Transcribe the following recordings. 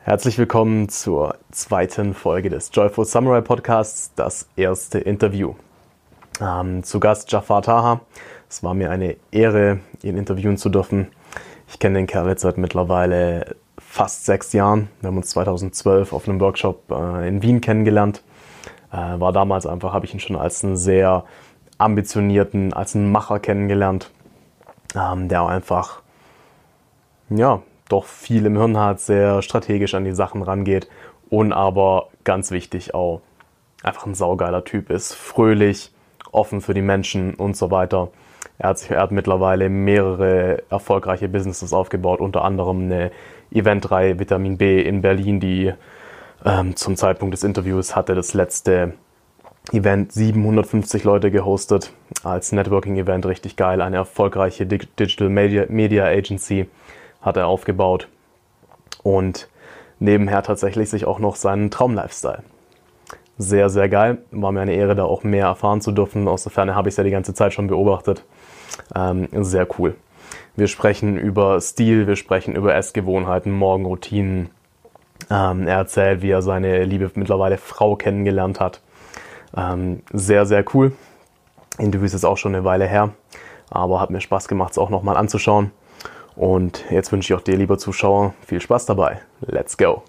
Herzlich willkommen zur zweiten Folge des Joyful Samurai Podcasts, das erste Interview. Zu Gast Jafar Taha. Es war mir eine Ehre, ihn interviewen zu dürfen. Ich kenne den Kerl jetzt seit mittlerweile fast 6 Jahren. Wir haben uns 2012 auf einem Workshop in Wien kennengelernt. War damals einfach, habe ich ihn schon als einen sehr ambitionierten, als einen Macher kennengelernt, der auch einfach, doch viel im Hirn hat, sehr strategisch an die Sachen rangeht und aber ganz wichtig auch einfach ein saugeiler Typ ist, fröhlich, offen für die Menschen und so weiter. Er hat mittlerweile mehrere erfolgreiche Businesses aufgebaut, unter anderem eine Eventreihe Vitamin B in Berlin, die zum Zeitpunkt des Interviews hatte das letzte Event 750 Leute gehostet, als Networking-Event, richtig geil, eine erfolgreiche Digital Media Agency hat er aufgebaut und nebenher tatsächlich sich auch noch seinen Traum-Lifestyle. Sehr, sehr geil. War mir eine Ehre, da auch mehr erfahren zu dürfen. Aus der Ferne habe ich es ja die ganze Zeit schon beobachtet. Sehr cool. Wir sprechen über Stil, wir sprechen über Essgewohnheiten, Morgenroutinen. Er erzählt, wie er seine liebe mittlerweile Frau kennengelernt hat. Sehr, sehr cool. Interview ist jetzt auch schon eine Weile her, aber hat mir Spaß gemacht, es auch nochmal anzuschauen. Und jetzt wünsche ich auch dir, lieber Zuschauer, viel Spaß dabei. Let's go!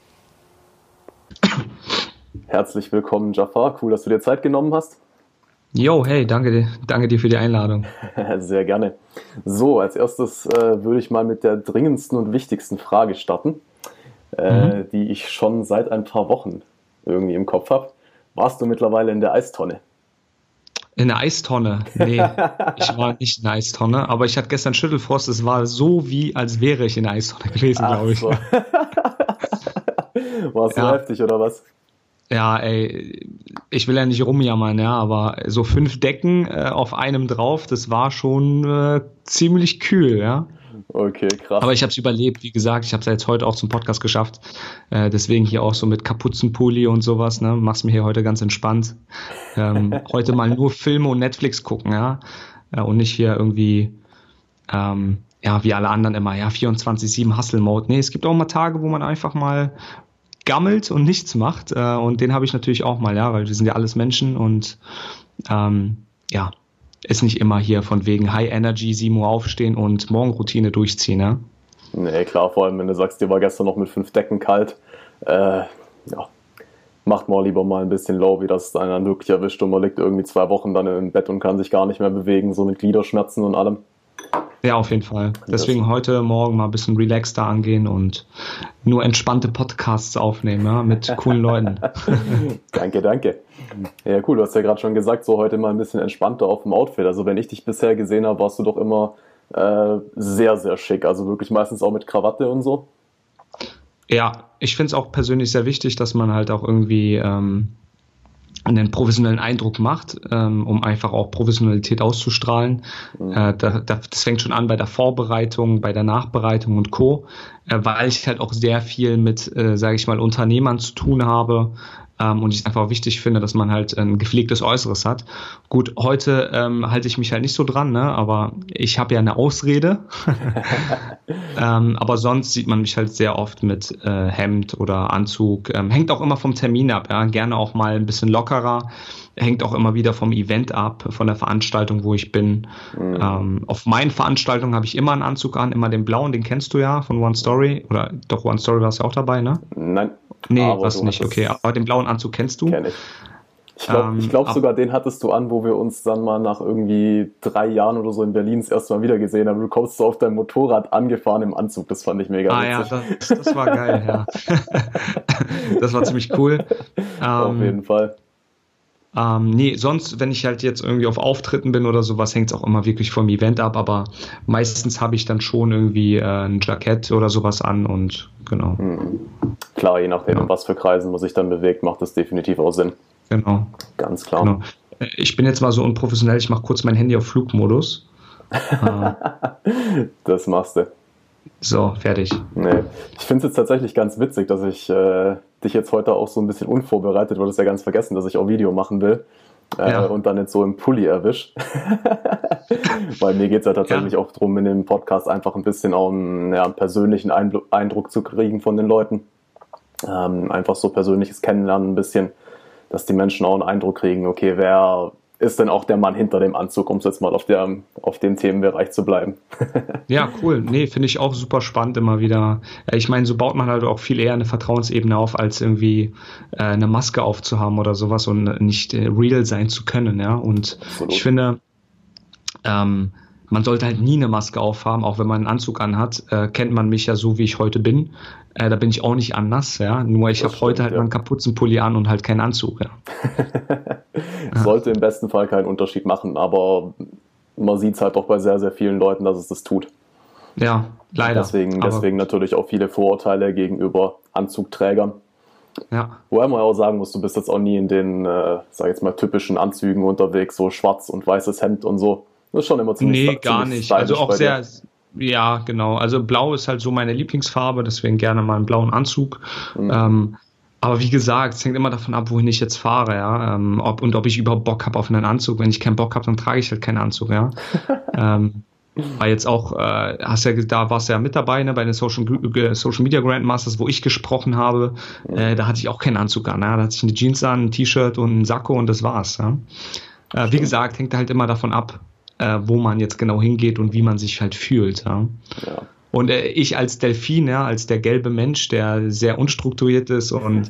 Herzlich willkommen, Jafar. Cool, dass du dir Zeit genommen hast. Jo, hey, danke dir für die Einladung. Sehr gerne. So, als erstes würde ich mal mit der dringendsten und wichtigsten Frage starten, die ich schon seit ein paar Wochen irgendwie im Kopf habe. Warst du mittlerweile in der Eistonne? In der Eistonne? Nee, ich war nicht in der Eistonne, aber ich hatte gestern Schüttelfrost. Es war so, wie als wäre ich in der Eistonne gewesen, glaube ich. So. War es so heftig, oder was? Ja, ey, ich will ja nicht rumjammern, ja, aber so 5 Decken auf einem drauf, das war schon ziemlich kühl, ja. Okay, krass. Aber ich habe es überlebt, wie gesagt, ich habe es ja jetzt heute auch zum Podcast geschafft, deswegen hier auch so mit Kapuzenpulli und sowas, ne, mach's mir hier heute ganz entspannt. Heute mal nur Filme und Netflix gucken, ja, und nicht hier irgendwie, wie alle anderen immer, 24/7 Hustle-Mode. Nee, es gibt auch mal Tage, wo man einfach mal gammelt und nichts macht, und den habe ich natürlich auch mal, ja, weil wir sind ja alles Menschen und ist nicht immer hier von wegen High Energy, 7 Uhr aufstehen und Morgenroutine durchziehen, ne? Nee, klar, vor allem wenn du sagst, dir war gestern noch mit 5 Decken kalt, macht mal lieber mal ein bisschen low, wie das einen dann wirklich erwischt und man liegt irgendwie 2 Wochen dann im Bett und kann sich gar nicht mehr bewegen, so mit Gliederschmerzen und allem. Ja, auf jeden Fall. Deswegen heute Morgen mal ein bisschen relaxter angehen und nur entspannte Podcasts aufnehmen, ja, mit coolen Leuten. Danke. Ja, cool, du hast ja gerade schon gesagt, so heute mal ein bisschen entspannter auf dem Outfit. Also wenn ich dich bisher gesehen habe, warst du doch immer sehr, sehr schick. Also wirklich meistens auch mit Krawatte und so. Ja, ich finde es auch persönlich sehr wichtig, dass man halt auch irgendwie einen professionellen Eindruck macht, um einfach auch Professionalität auszustrahlen. Das fängt schon an bei der Vorbereitung, bei der Nachbereitung und Co., weil ich halt auch sehr viel mit, sage ich mal, Unternehmern zu tun habe, und ich es einfach wichtig finde, dass man halt ein gepflegtes Äußeres hat. Gut, heute halte ich mich halt nicht so dran, ne? Aber ich habe ja eine Ausrede. Aber sonst sieht man mich halt sehr oft mit Hemd oder Anzug. Hängt auch immer vom Termin ab, ja? Gerne auch mal ein bisschen lockerer. Hängt auch immer wieder vom Event ab, von der Veranstaltung, wo ich bin. Auf meinen Veranstaltungen habe ich immer einen Anzug an, immer den blauen, den kennst du ja von One Story. Oder doch, One Story warst du ja auch dabei, ne? Nein. Nee, warst du nicht, okay. Aber den blauen Anzug kennst du? Kenn ich. Ich glaube sogar, den hattest du an, wo wir uns dann mal nach irgendwie 3 Jahren oder so in Berlin das erste Mal wieder gesehen haben. Du kommst so auf dein Motorrad angefahren im Anzug. Das fand ich mega witzig. Ja, das war geil, ja. Das war ziemlich cool. Auf jeden Fall. Nee, sonst, wenn ich halt jetzt irgendwie auf Auftritten bin oder sowas, hängt es auch immer wirklich vom Event ab, aber meistens habe ich dann schon irgendwie ein Jackett oder sowas an und genau. Klar, je nachdem, in was für Kreisen man sich dann bewegt, macht das definitiv auch Sinn. Genau. Ganz klar. Genau. Ich bin jetzt mal so unprofessionell, ich mache kurz mein Handy auf Flugmodus. Das machst du. So, fertig. Nee. Ich finde es jetzt tatsächlich ganz witzig, dass ich dich jetzt heute auch so ein bisschen unvorbereitet, weil du es ja ganz vergessen, dass ich auch Video machen will und dann jetzt so im Pulli erwisch. Weil mir geht es ja tatsächlich auch darum, in dem Podcast einfach ein bisschen auch einen persönlichen Eindruck zu kriegen von den Leuten. Einfach so persönliches Kennenlernen ein bisschen, dass die Menschen auch einen Eindruck kriegen, okay, wer ist denn auch der Mann hinter dem Anzug, um es jetzt mal auf dem Themenbereich zu bleiben. Ja, cool. Nee, finde ich auch super spannend immer wieder. Ich meine, so baut man halt auch viel eher eine Vertrauensebene auf, als irgendwie eine Maske aufzuhaben oder sowas und nicht real sein zu können, ja. Und absolut. Ich finde, man sollte halt nie eine Maske aufhaben, auch wenn man einen Anzug anhat. Kennt man mich ja so, wie ich heute bin. Da bin ich auch nicht anders, ja. Nur ich habe heute halt mal einen Kapuzenpulli an und halt keinen Anzug, ja. Sollte im besten Fall keinen Unterschied machen, aber man sieht es halt doch bei sehr, sehr vielen Leuten, dass es das tut. Ja, leider. Deswegen natürlich auch viele Vorurteile gegenüber Anzugträgern. Ja. Wobei man auch sagen muss, du bist jetzt auch nie in den, sag jetzt mal, typischen Anzügen unterwegs, so schwarz und weißes Hemd und so. Das ist schon immer ziemlich Nee, gar nicht. Also auch sehr, ja, genau. Also blau ist halt so meine Lieblingsfarbe, deswegen gerne mal einen blauen Anzug. Aber wie gesagt, es hängt immer davon ab, wohin ich jetzt fahre, ja. Ob ich überhaupt Bock habe auf einen Anzug. Wenn ich keinen Bock habe, dann trage ich halt keinen Anzug, ja. War jetzt auch, da warst du ja mit dabei, ne, bei den Social Media Grandmasters, wo ich gesprochen habe. Da hatte ich auch keinen Anzug an, ja. Da hatte ich eine Jeans an, ein T-Shirt und einen Sakko und das war's, ja. Wie gesagt, hängt halt immer davon ab, wo man jetzt genau hingeht und wie man sich halt fühlt, ja. Ja. Und ich als Delfin, ja, als der gelbe Mensch, der sehr unstrukturiert ist und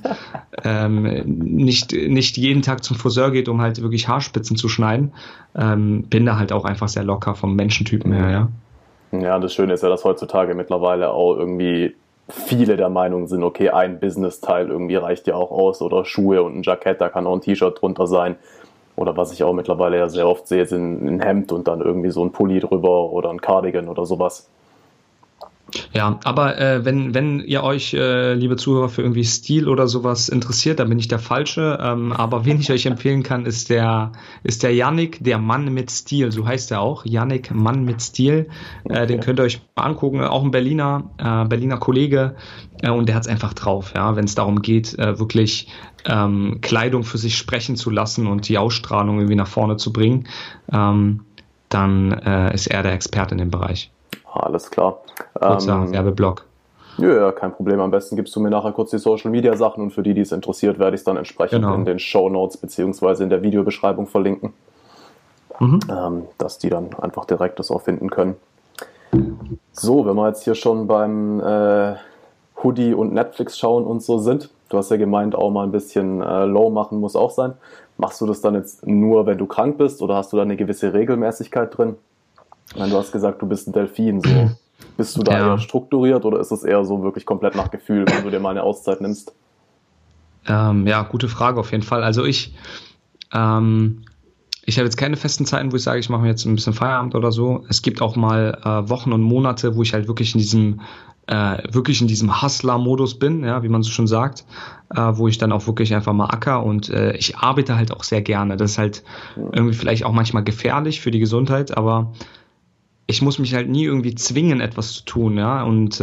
nicht jeden Tag zum Friseur geht, um halt wirklich Haarspitzen zu schneiden, bin da halt auch einfach sehr locker vom Menschentypen her, ja. Ja, das Schöne ist ja, dass heutzutage mittlerweile auch irgendwie viele der Meinung sind, okay, ein Business-Teil irgendwie reicht ja auch aus oder Schuhe und ein Jackett, da kann auch ein T-Shirt drunter sein. Oder was ich auch mittlerweile ja sehr oft sehe, sind ein Hemd und dann irgendwie so ein Pulli drüber oder ein Cardigan oder sowas. Ja, aber wenn ihr euch, liebe Zuhörer, für irgendwie Stil oder sowas interessiert, dann bin ich der Falsche. Aber wen ich euch empfehlen kann, ist der Yannick, der Mann mit Stil. So heißt er auch. Yannick, Mann mit Stil. Okay. Den könnt ihr euch mal angucken. Auch ein Berliner Kollege. Und der hat's einfach drauf, ja, wenn es darum geht, wirklich Kleidung für sich sprechen zu lassen und die Ausstrahlung irgendwie nach vorne zu bringen. Dann ist er der Experte in dem Bereich. Alles klar. Kurzer Werbeblock. Ja, kein Problem. Am besten gibst du mir nachher kurz die Social-Media-Sachen und für die es interessiert, werde ich es dann entsprechend in den Shownotes beziehungsweise in der Videobeschreibung verlinken, dass die dann einfach direkt das auch finden können. So, wenn wir jetzt hier schon beim Hoodie und Netflix schauen und so sind, du hast ja gemeint, auch mal ein bisschen low machen muss auch sein. Machst du das dann jetzt nur, wenn du krank bist oder hast du da eine gewisse Regelmäßigkeit drin? Du hast gesagt, du bist ein Delfin, so. Bist du da eher strukturiert oder ist es eher so wirklich komplett nach Gefühl, wenn du dir mal eine Auszeit nimmst? Ja, gute Frage auf jeden Fall. Also ich habe jetzt keine festen Zeiten, wo ich sage, ich mache mir jetzt ein bisschen Feierabend oder so. Es gibt auch mal Wochen und Monate, wo ich halt wirklich in diesem Hustler-Modus bin, ja, wie man so schon sagt, wo ich dann auch wirklich einfach mal acker und ich arbeite halt auch sehr gerne. Das ist halt irgendwie vielleicht auch manchmal gefährlich für die Gesundheit, aber ich muss mich halt nie irgendwie zwingen, etwas zu tun, ja, und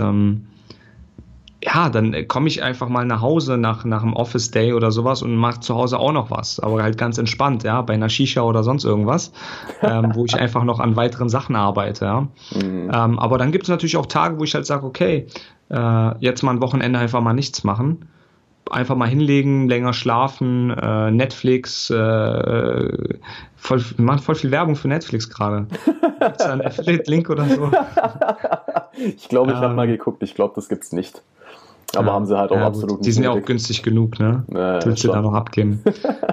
dann komme ich einfach mal nach Hause nach einem Office-Day oder sowas und mache zu Hause auch noch was, aber halt ganz entspannt, ja, bei einer Shisha oder sonst irgendwas, wo ich einfach noch an weiteren Sachen arbeite, ja. Aber dann gibt es natürlich auch Tage, wo ich halt sage, okay, jetzt mal ein Wochenende einfach mal nichts machen, einfach mal hinlegen, länger schlafen, Netflix, voll viel Werbung für Netflix gerade. Gibt's da einen Affiliate-Link oder so? Ich glaube, ich habe mal geguckt, ich glaube, das gibt's nicht. Aber haben sie halt auch absolut nicht. Die sind ja auch günstig genug, ne? Willst du da noch abgeben?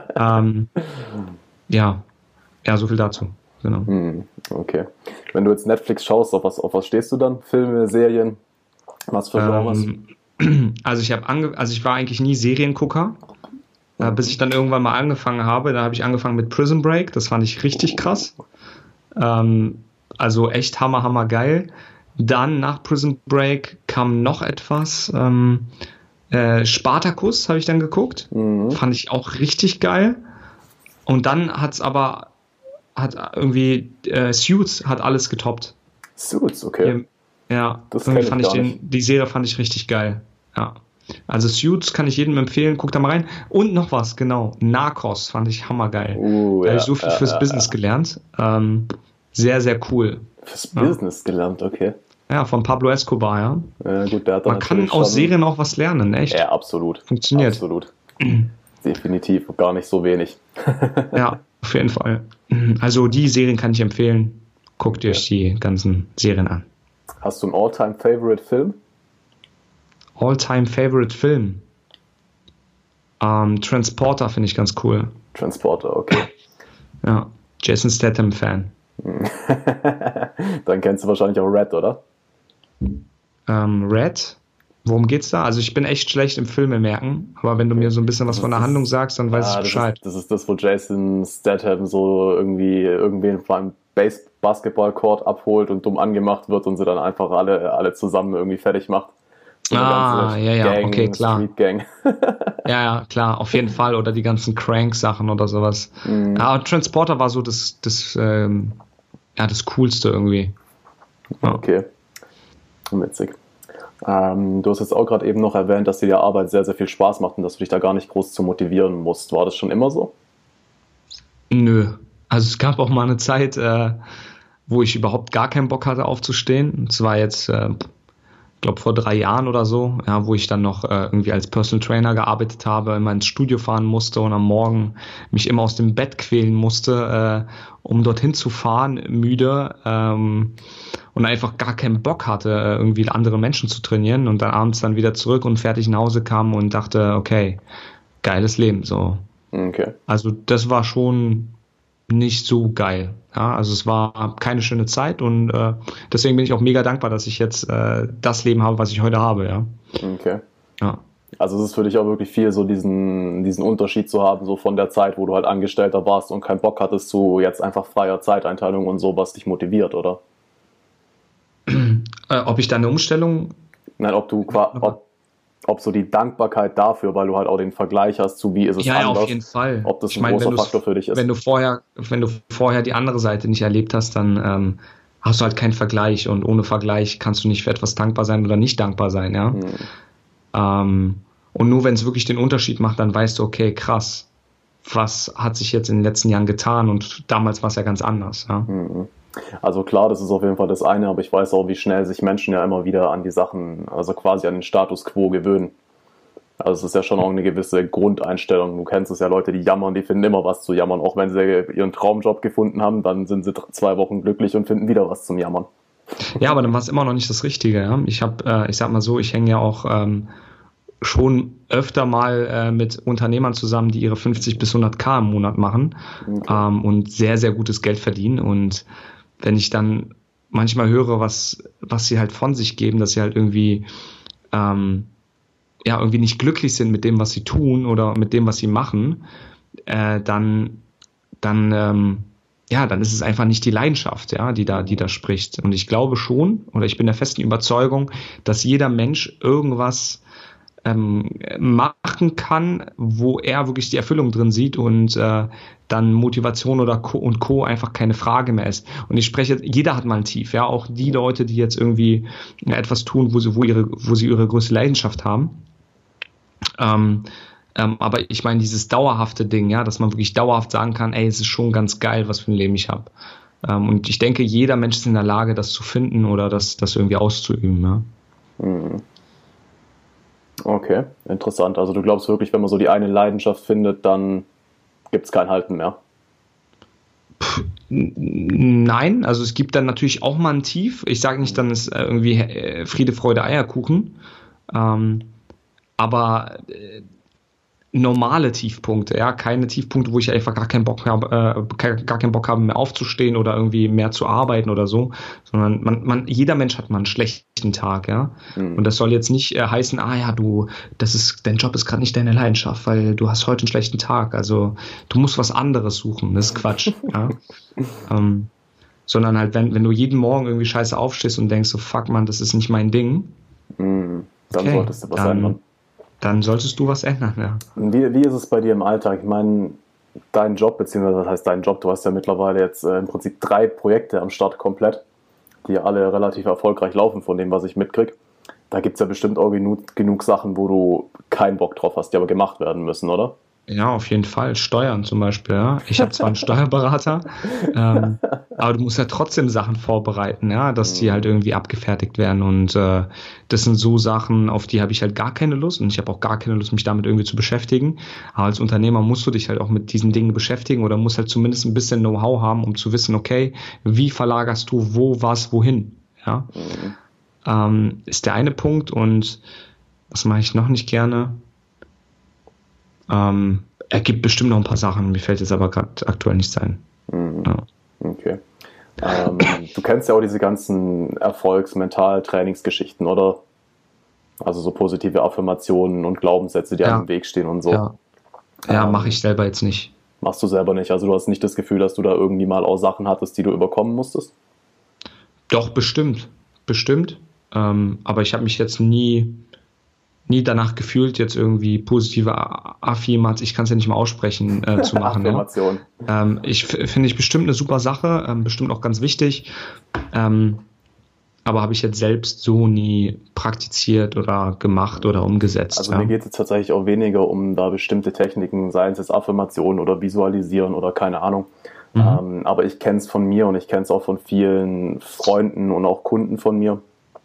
Ja, so viel dazu. Genau. Okay. Wenn du jetzt Netflix schaust, auf was stehst du dann? Filme, Serien? Was für Genres? Also ich war eigentlich nie Seriengucker, bis ich dann irgendwann mal angefangen habe. Da habe ich angefangen mit Prison Break, das fand ich richtig krass. Also echt hammer geil. Dann nach Prison Break kam noch etwas. Spartacus habe ich dann geguckt, fand ich auch richtig geil. Und dann hat irgendwie Suits hat alles getoppt. Suits, okay. Ja, die Serie fand ich richtig geil. Ja. Also Suits kann ich jedem empfehlen, guck da mal rein. Und noch was, genau, Narcos fand ich hammergeil. Da habe ich so viel fürs Business gelernt. Sehr, sehr cool. Fürs Business gelernt, okay. Ja, von Pablo Escobar, ja. Gut, der hat dann Man kann natürlich aus schon. Serien auch was lernen, echt. Ja, absolut. Funktioniert. Absolut. Definitiv, gar nicht so wenig. Ja, auf jeden Fall. Also die Serien kann ich empfehlen. Guckt Okay. euch die ganzen Serien an. Hast du einen All-Time-Favorite-Film? All-time Favorite Film. Transporter finde ich ganz cool. Transporter, okay. Ja, Jason Statham Fan. Dann kennst du wahrscheinlich auch Red, oder? Red. Worum geht's da? Also ich bin echt schlecht im Filme merken, aber wenn du mir so ein bisschen was von der Handlung sagst, dann weiß ich Bescheid. Das ist das, wo Jason Statham so irgendwen beim Basketballcourt abholt und dumm angemacht wird und sie dann einfach alle zusammen irgendwie fertig macht. So eine ganze Ja, Gang, okay, klar. Street Gang. Ja, klar, auf jeden Fall. Oder die ganzen Crank-Sachen oder sowas. Ja, und Transporter war so das Coolste irgendwie. Ja. Okay, witzig. Du hast jetzt auch gerade eben noch erwähnt, dass dir die Arbeit sehr, sehr viel Spaß macht und dass du dich da gar nicht groß zu motivieren musst. War das schon immer so? Nö. Also es gab auch mal eine Zeit, wo ich überhaupt gar keinen Bock hatte aufzustehen. Und zwar jetzt, glaube vor 3 Jahren oder so, ja, wo ich dann noch irgendwie als Personal Trainer gearbeitet habe, immer ins Studio fahren musste und am Morgen mich immer aus dem Bett quälen musste, um dorthin zu fahren, müde, und einfach gar keinen Bock hatte, irgendwie andere Menschen zu trainieren und dann abends dann wieder zurück und fertig nach Hause kam und dachte, okay, geiles Leben, so. Okay. Also das war schon nicht so geil. Ja, also es war keine schöne Zeit und deswegen bin ich auch mega dankbar, dass ich jetzt das Leben habe, was ich heute habe. Ja. Okay. Ja. Also es ist für dich auch wirklich viel, so diesen Unterschied zu haben, so von der Zeit, wo du halt Angestellter warst und keinen Bock hattest, zu jetzt einfach freier Zeiteinteilung und so, was dich motiviert, oder? Ob ich da eine Umstellung... Nein, ob so die Dankbarkeit dafür, weil du halt auch den Vergleich hast zu wie ist es Ja, anders, auf jeden Fall. ob das ein großer Faktor für dich ist. Wenn du vorher die andere Seite nicht erlebt hast, dann hast du halt keinen Vergleich und ohne Vergleich kannst du nicht für etwas dankbar sein oder nicht dankbar sein, ja. Und nur wenn es wirklich den Unterschied macht, dann weißt du, okay, krass, was hat sich jetzt in den letzten Jahren getan und damals war es ja ganz anders, ja. Also klar, das ist auf jeden Fall das eine, aber ich weiß auch, wie schnell sich Menschen ja immer wieder an die Sachen, also quasi an den Status quo gewöhnen. Also es ist ja schon auch eine gewisse Grundeinstellung. Du kennst es ja, Leute, die jammern, die finden immer was zu jammern. Auch wenn sie ihren Traumjob gefunden haben, dann sind sie 2 Wochen glücklich und finden wieder was zum Jammern. Ja, aber dann war es immer noch nicht das Richtige, ja. Ich sag mal so, ich hänge ja auch schon öfter mal mit Unternehmern zusammen, die ihre 50 bis 100.000 im Monat machen, okay, und sehr, sehr gutes Geld verdienen. Und wenn ich dann manchmal höre, was sie halt von sich geben, dass sie halt irgendwie irgendwie nicht glücklich sind mit dem, was sie tun oder mit dem, was sie machen, dann ist es einfach nicht die Leidenschaft, ja, die da spricht. Und ich glaube schon, oder ich bin der festen Überzeugung, dass jeder Mensch irgendwas machen kann, wo er wirklich die Erfüllung drin sieht und dann Motivation oder Co. einfach keine Frage mehr ist. Und ich spreche, jeder hat mal ein Tief, ja, auch die Leute, die jetzt irgendwie etwas tun, wo sie ihre größte Leidenschaft haben. Aber ich meine, dieses dauerhafte Ding, ja, dass man wirklich dauerhaft sagen kann, ey, es ist schon ganz geil, was für ein Leben ich habe. Und ich denke, jeder Mensch ist in der Lage, das zu finden oder das irgendwie auszuüben, ja. Okay, interessant. Also du glaubst wirklich, wenn man so die eine Leidenschaft findet, dann gibt es kein Halten mehr? Nein, also es gibt dann natürlich auch mal ein Tief. Ich sage nicht, dann ist irgendwie Friede, Freude, Eierkuchen. Aber normale Tiefpunkte, ja, keine Tiefpunkte, wo ich einfach gar keinen Bock habe, mehr aufzustehen oder irgendwie mehr zu arbeiten oder so, sondern jeder Mensch hat mal einen schlechten Tag, ja. Und das soll jetzt nicht heißen, dein Job ist gerade nicht deine Leidenschaft, weil du hast heute einen schlechten Tag, also du musst was anderes suchen, das ist Quatsch, ja. Sondern halt, wenn du jeden Morgen irgendwie scheiße aufstehst und denkst so, fuck man, das ist nicht mein Ding, dann solltest du was ändern. Dann solltest du was ändern, ja. Wie ist es bei dir im Alltag? Ich meine, dein Job, beziehungsweise was heißt dein Job? Du hast ja mittlerweile jetzt im Prinzip 3 Projekte am Start komplett, die alle relativ erfolgreich laufen, von dem, was ich mitkriege. Da gibt es ja bestimmt auch genug Sachen, wo du keinen Bock drauf hast, die aber gemacht werden müssen, oder? Ja, auf jeden Fall. Steuern zum Beispiel. Ja. Ich habe zwar einen Steuerberater, aber du musst ja trotzdem Sachen vorbereiten, ja, dass die halt irgendwie abgefertigt werden. Und das sind so Sachen, auf die habe ich halt gar keine Lust. Und ich habe auch gar keine Lust, mich damit irgendwie zu beschäftigen. Aber als Unternehmer musst du dich halt auch mit diesen Dingen beschäftigen oder musst halt zumindest ein bisschen Know-how haben, um zu wissen, okay, wie verlagerst du wo, was, wohin. Ja. Ist der eine Punkt. Und was mache ich noch nicht gerne? Er gibt bestimmt noch ein paar Sachen, mir fällt jetzt aber gerade aktuell nichts ein. Ja. Okay. Du kennst ja auch diese ganzen Erfolgs-Mental-Trainingsgeschichten, oder? Also so positive Affirmationen und Glaubenssätze, die einem im Weg stehen und so. Ja, mache ich selber jetzt nicht. Machst du selber nicht? Also du hast nicht das Gefühl, dass du da irgendwie mal auch Sachen hattest, die du überkommen musstest? Doch, bestimmt. Aber ich habe mich jetzt nie danach gefühlt, jetzt irgendwie positive Affirmation, ich kann es ja nicht mal aussprechen, zu machen. Affirmation. Ja. Finde ich bestimmt eine super Sache, bestimmt auch ganz wichtig, aber habe ich jetzt selbst so nie praktiziert oder gemacht oder umgesetzt. Also mir geht es jetzt tatsächlich auch weniger um da bestimmte Techniken, seien es jetzt Affirmationen oder Visualisieren oder keine Ahnung. Aber ich kenne es von mir und ich kenne es auch von vielen Freunden und auch Kunden von mir.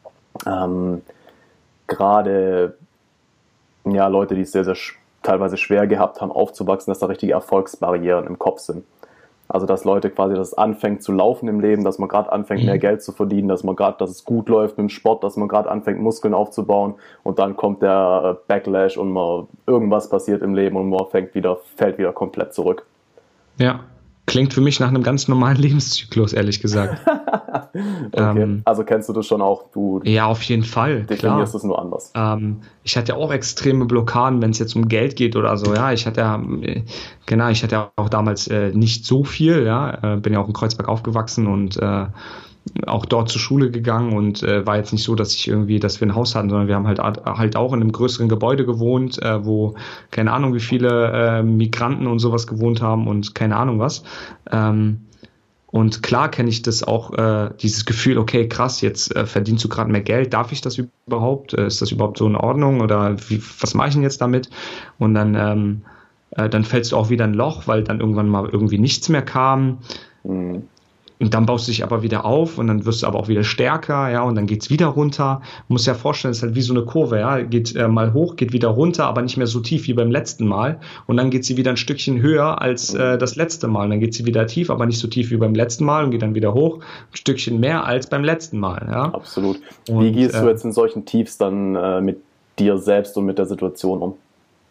Gerade Leute, die es sehr, sehr teilweise schwer gehabt haben, aufzuwachsen, dass da richtige Erfolgsbarrieren im Kopf sind. Also dass Leute quasi, dass es anfängt zu laufen im Leben, dass man gerade anfängt, mehr Geld zu verdienen, dass es gut läuft mit dem Sport, dass man gerade anfängt, Muskeln aufzubauen und dann kommt der Backlash und irgendwas passiert im Leben und man fällt wieder komplett zurück. Ja. Klingt für mich nach einem ganz normalen Lebenszyklus, ehrlich gesagt. Okay. Also kennst du das schon auch? Ja, auf jeden Fall. Definierst es nur anders. Ich hatte ja auch extreme Blockaden, wenn es jetzt um Geld geht oder so. Ja, ich hatte ja auch damals nicht so viel. Ja, bin ja auch in Kreuzberg aufgewachsen und auch dort zur Schule gegangen und war jetzt nicht so, dass wir ein Haus hatten, sondern wir haben halt auch in einem größeren Gebäude gewohnt, wo keine Ahnung wie viele Migranten und sowas gewohnt haben und keine Ahnung was. Und klar kenne ich das auch, dieses Gefühl, okay, krass, jetzt verdienst du gerade mehr Geld, darf ich das überhaupt? Ist das überhaupt so in Ordnung oder was mache ich denn jetzt damit? Und dann fällst du auch wieder in ein Loch, weil dann irgendwann mal irgendwie nichts mehr kam. Und dann baust du dich aber wieder auf und dann wirst du aber auch wieder stärker, ja, und dann geht's wieder runter. Du musst dir ja vorstellen, es ist halt wie so eine Kurve, ja, geht mal hoch, geht wieder runter, aber nicht mehr so tief wie beim letzten Mal. Und dann geht sie wieder ein Stückchen höher als das letzte Mal. Und dann geht sie wieder tief, aber nicht so tief wie beim letzten Mal und geht dann wieder hoch, ein Stückchen mehr als beim letzten Mal, ja. Absolut. Wie gehst du jetzt in solchen Tiefs dann mit dir selbst und mit der Situation um?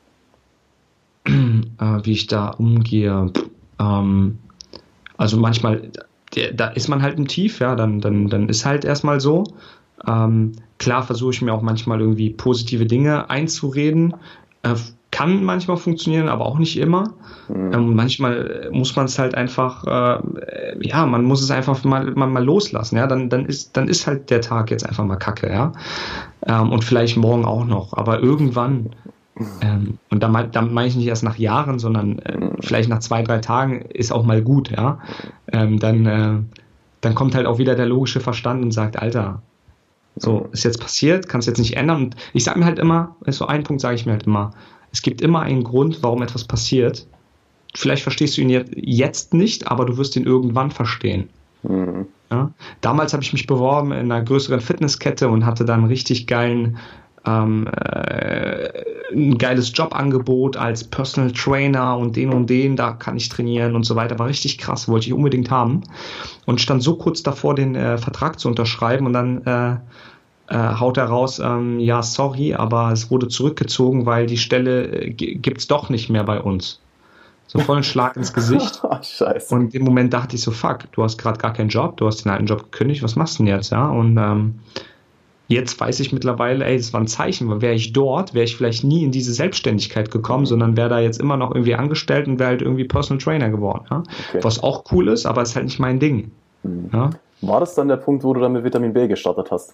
Wie ich da umgehe, also manchmal da ist man halt im Tief, ja, dann ist halt erstmal so. Klar versuche ich mir auch manchmal irgendwie positive Dinge einzureden. Kann manchmal funktionieren, aber auch nicht immer. Manchmal muss man es halt einfach, man muss es einfach mal loslassen, ja, dann ist halt der Tag jetzt einfach mal Kacke, ja. Und vielleicht morgen auch noch, aber irgendwann, und damit meine ich nicht erst nach Jahren, sondern vielleicht nach 2-3 Tagen ist auch mal gut, ja. Dann kommt halt auch wieder der logische Verstand und sagt, Alter, so, ist jetzt passiert, kannst jetzt nicht ändern. Und ich sage mir halt immer, so einen Punkt sage ich mir halt immer, es gibt immer einen Grund, warum etwas passiert. Vielleicht verstehst du ihn jetzt nicht, aber du wirst ihn irgendwann verstehen. Ja? Damals habe ich mich beworben in einer größeren Fitnesskette und hatte dann richtig ein geiles Jobangebot als Personal Trainer und den, da kann ich trainieren und so weiter. War richtig krass, wollte ich unbedingt haben. Und stand so kurz davor, den Vertrag zu unterschreiben und dann haut er raus, ja, sorry, aber es wurde zurückgezogen, weil die Stelle gibt's doch nicht mehr bei uns. So vollen Schlag ins Gesicht. Scheiße. Und im Moment dachte ich so, fuck, du hast gerade gar keinen Job, du hast den alten Job gekündigt, was machst du denn jetzt? Ja? Und jetzt weiß ich mittlerweile, das war ein Zeichen, weil wäre ich dort, wäre ich vielleicht nie in diese Selbstständigkeit gekommen, sondern wäre da jetzt immer noch irgendwie angestellt und wäre halt irgendwie Personal Trainer geworden. Ja? Okay. Was auch cool ist, aber ist halt nicht mein Ding. Ja? War das dann der Punkt, wo du dann mit Vitamin B gestartet hast?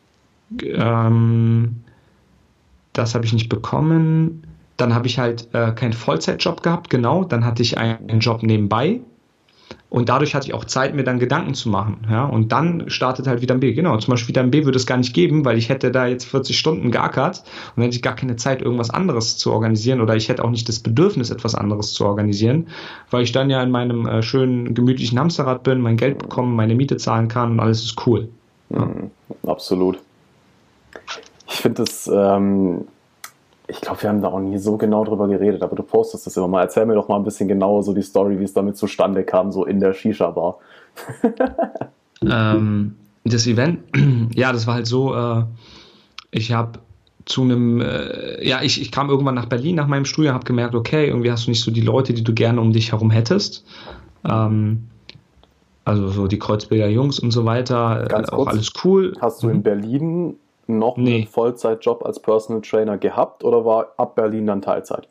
Das habe ich nicht bekommen. Dann habe ich halt keinen Vollzeitjob gehabt, genau. Dann hatte ich einen Job nebenbei. Und dadurch hatte ich auch Zeit, mir dann Gedanken zu machen. Ja? Und dann startet halt Vitamin B. Genau, zum Beispiel Vitamin B würde es gar nicht geben, weil ich hätte da jetzt 40 Stunden geackert und dann hätte ich gar keine Zeit, irgendwas anderes zu organisieren, oder ich hätte auch nicht das Bedürfnis, etwas anderes zu organisieren, weil ich dann ja in meinem schönen, gemütlichen Hamsterrad bin, mein Geld bekomme, meine Miete zahlen kann und alles ist cool. Ja. Absolut. Ich finde das, ich glaube, wir haben da auch nie so genau drüber geredet, aber du postest das immer mal. Erzähl mir doch mal ein bisschen genauer so die Story, wie es damit zustande kam, so in der Shisha-Bar. Das Event, ja, das war halt so, ich habe zu einem, ich kam irgendwann nach Berlin nach meinem Studium, habe gemerkt, okay, irgendwie hast du nicht so die Leute, die du gerne um dich herum hättest. Also so die Kreuzberger Jungs und so weiter, Ganz auch kurz, alles cool. Hast du in Berlin noch einen Vollzeitjob als Personal Trainer gehabt oder war ab Berlin dann Teilzeit?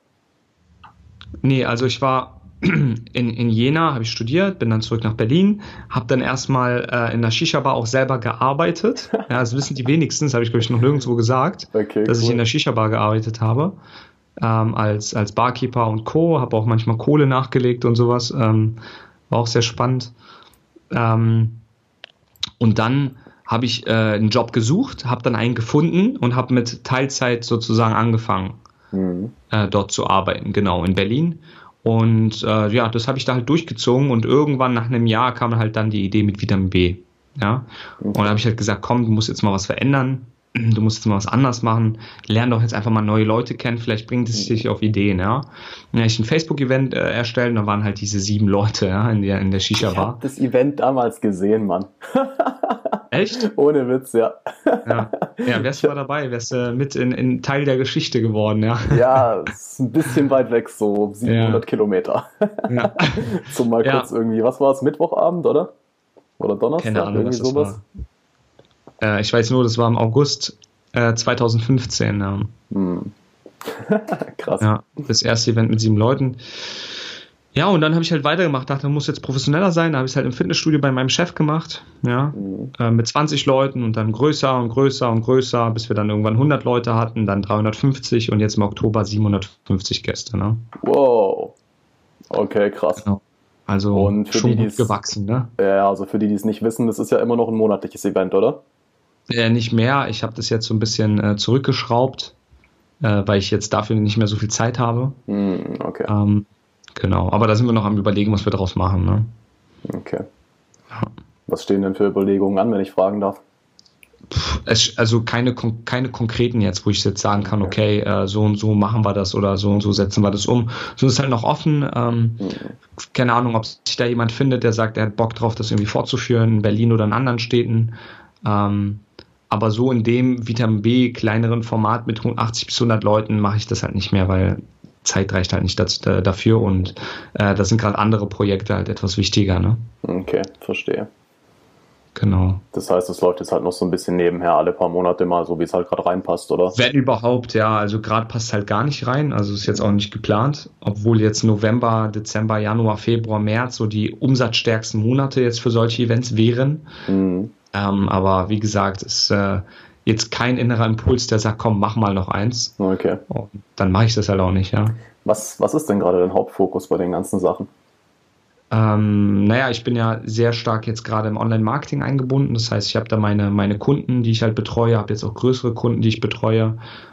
Nee, also ich war in Jena, habe ich studiert, bin dann zurück nach Berlin, habe dann erstmal in der Shisha-Bar auch selber gearbeitet. Ja, das wissen die wenigsten, das habe ich, glaube ich, noch nirgendwo gesagt, Okay, dass cool. ich in der Shisha-Bar gearbeitet habe, als Barkeeper und Co., habe auch manchmal Kohle nachgelegt und sowas, war auch sehr spannend. Und dann habe ich einen Job gesucht, habe dann einen gefunden und habe mit Teilzeit sozusagen angefangen, dort zu arbeiten, genau, in Berlin. Und das habe ich da halt durchgezogen und irgendwann nach einem Jahr kam halt dann die Idee mit Vitamin B. Ja? Und da habe ich halt gesagt, komm, du musst jetzt mal was verändern, du musst jetzt mal was anders machen, lern doch jetzt einfach mal neue Leute kennen, vielleicht bringt es dich auf Ideen. Ja? Und dann habe ich ein Facebook-Event erstellt und da waren halt diese 7 Leute, ja, in der Shisha-Bar. Ich habe das Event damals gesehen, Mann. Echt? Ohne Witz, ja. Ja, wärst du mal dabei, wärst du mit in Teil der Geschichte geworden, ja. Ja, ist ein bisschen weit weg, so 700 Kilometer. Ja. So mal kurz irgendwie, was war es, Mittwochabend, oder? Oder Donnerstag? Keine Ahnung, irgendwie was sowas? Das war. Ich weiß nur, das war im August 2015. Ja. Krass. Ja, das erste Event mit 7 Leuten. Ja, und dann habe ich halt weitergemacht, dachte, muss jetzt professioneller sein. Da habe ich es halt im Fitnessstudio bei meinem Chef gemacht, ja, mit 20 Leuten und dann größer und größer und größer, bis wir dann irgendwann 100 Leute hatten, dann 350 und jetzt im Oktober 750 Gäste. Ne? Wow. Okay, krass. Genau. Also und für schon die, gut gewachsen, ne? Ja, also für die es nicht wissen, das ist ja immer noch ein monatliches Event, oder? Nicht mehr. Ich habe das jetzt so ein bisschen zurückgeschraubt, weil ich jetzt dafür nicht mehr so viel Zeit habe. Okay. Genau, aber da sind wir noch am Überlegen, was wir daraus machen. Ne? Okay. Was stehen denn für Überlegungen an, wenn ich fragen darf? Also keine konkreten jetzt, wo ich jetzt sagen kann, okay, so und so machen wir das oder so und so setzen wir das um. So ist halt noch offen. Keine Ahnung, ob sich da jemand findet, der sagt, er hat Bock drauf, das irgendwie fortzuführen, in Berlin oder in anderen Städten. Aber so in dem Vitamin B kleineren Format mit 80 bis 100 Leuten mache ich das halt nicht mehr, weil Zeit reicht halt nicht dafür und da sind gerade andere Projekte halt etwas wichtiger. Ne? Okay, verstehe. Genau. Das heißt, es läuft jetzt halt noch so ein bisschen nebenher, alle paar Monate mal, so wie es halt gerade reinpasst, oder? Wenn überhaupt, ja. Also gerade passt halt gar nicht rein. Also ist jetzt auch nicht geplant. Obwohl jetzt November, Dezember, Januar, Februar, März so die umsatzstärksten Monate jetzt für solche Events wären. Aber wie gesagt, ist jetzt kein innerer Impuls, der sagt, komm, mach mal noch eins. Okay. Und dann mache ich das halt auch nicht, ja. Was ist denn gerade dein Hauptfokus bei den ganzen Sachen? Ich bin ja sehr stark jetzt gerade im Online-Marketing eingebunden. Das heißt, ich habe da meine Kunden, die ich halt betreue, habe jetzt auch größere Kunden, die ich betreue.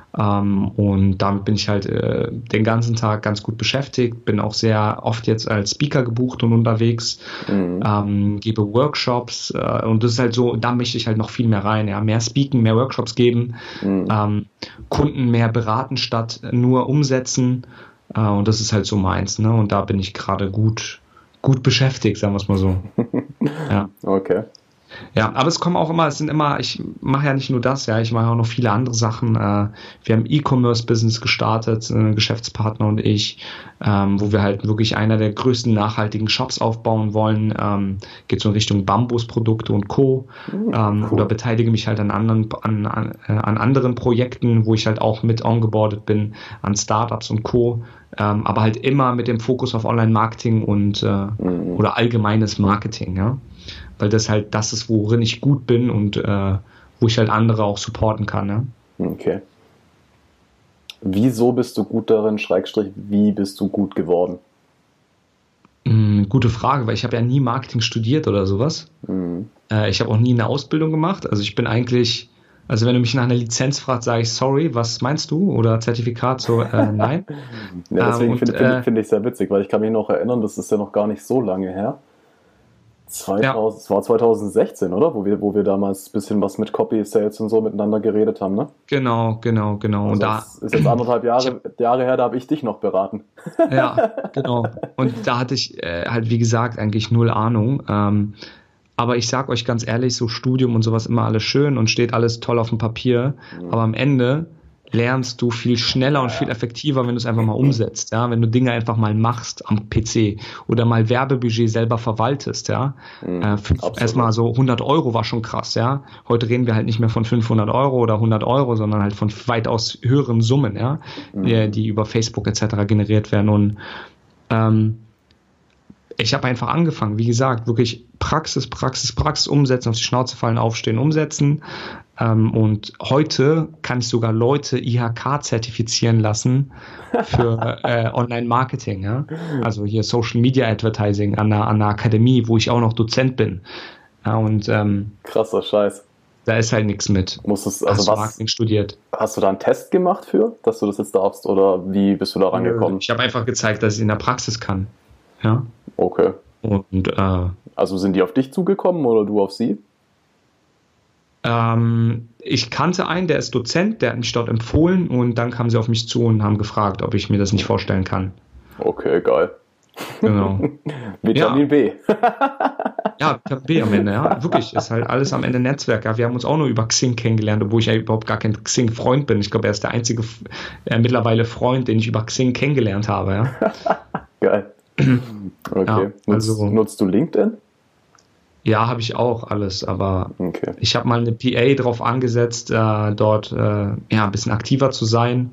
Und damit bin ich halt den ganzen Tag ganz gut beschäftigt, bin auch sehr oft jetzt als Speaker gebucht und unterwegs, gebe Workshops und das ist halt so, da möchte ich halt noch viel mehr rein, ja, mehr Speaken, mehr Workshops geben, Kunden mehr beraten statt nur umsetzen und das ist halt so meins, ne? Und da bin ich gerade gut beschäftigt, sagen wir es mal so. Ja. Okay. Ja, aber es ich mache ja nicht nur das, ja, ich mache auch noch viele andere Sachen. Wir haben E-Commerce-Business gestartet, Geschäftspartner und ich, wo wir halt wirklich einer der größten nachhaltigen Shops aufbauen wollen. Geht so in Richtung Bambusprodukte und Co. Cool. Oder beteilige mich halt an anderen Projekten, wo ich halt auch mit ongeboardet bin, an Startups und Co. Aber halt immer mit dem Fokus auf Online-Marketing und oder allgemeines Marketing, ja. Weil das halt das ist, worin ich gut bin und wo ich halt andere auch supporten kann. Ne? Okay. Wieso bist du gut darin, / wie bist du gut geworden? Gut gute Frage, weil ich habe ja nie Marketing studiert oder sowas. Ich habe auch nie eine Ausbildung gemacht. Also ich bin eigentlich, also wenn du mich nach einer Lizenz fragst, sage ich sorry, was meinst du? Oder Zertifikat, so nein. Ja, deswegen finde ich es sehr witzig, weil ich kann mich noch erinnern, das ist ja noch gar nicht so lange her. Es war 2016, oder? Wo wir damals ein bisschen was mit Copy, Sales und so miteinander geredet haben, ne? Genau. Also Und da das ist jetzt 1,5 Jahre her, da habe ich dich noch beraten. Ja, genau. Und da hatte ich halt, wie gesagt, eigentlich null Ahnung. Aber ich sag euch ganz ehrlich, so Studium und sowas immer alles schön und steht alles toll auf dem Papier. Aber am Ende lernst du viel schneller und viel effektiver, wenn du es einfach mal umsetzt. Ja, wenn du Dinge einfach mal machst am PC oder mal Werbebudget selber verwaltest. Ja, erstmal so 100 Euro war schon krass. Ja, heute reden wir halt nicht mehr von 500 Euro oder 100 Euro, sondern halt von weitaus höheren Summen, ja, die über Facebook etc. generiert werden. Und ich habe einfach angefangen, wie gesagt, wirklich Praxis umsetzen, auf die Schnauze fallen, aufstehen, umsetzen. Und heute kann ich sogar Leute IHK zertifizieren lassen für Online-Marketing. Ja? Also hier Social Media Advertising an einer Akademie, wo ich auch noch Dozent bin. Ja, und krasser Scheiß. Da ist halt nichts mit. Hast du Marketing studiert? Hast du da einen Test gemacht für, dass du das jetzt darfst? Oder wie bist du da rangekommen? Ich habe einfach gezeigt, dass ich in der Praxis kann. Ja. Okay. Und also sind die auf dich zugekommen oder du auf sie? Ich kannte einen, der ist Dozent, der hat mich dort empfohlen und dann kamen sie auf mich zu und haben gefragt, ob ich mir das nicht vorstellen kann. Okay, geil. Genau. Vitamin B. Ja, Vitamin B am Ende, ja. Wirklich, ist halt alles am Ende Netzwerk. Ja, wir haben uns auch nur über Xing kennengelernt, obwohl ich ja überhaupt gar kein Xing-Freund bin. Ich glaube, er ist der einzige mittlerweile Freund, den ich über Xing kennengelernt habe. Ja. Geil. Okay. Ja, nutzt du LinkedIn? Ja, habe ich auch alles, aber ich habe mal eine PA drauf angesetzt, dort ein bisschen aktiver zu sein.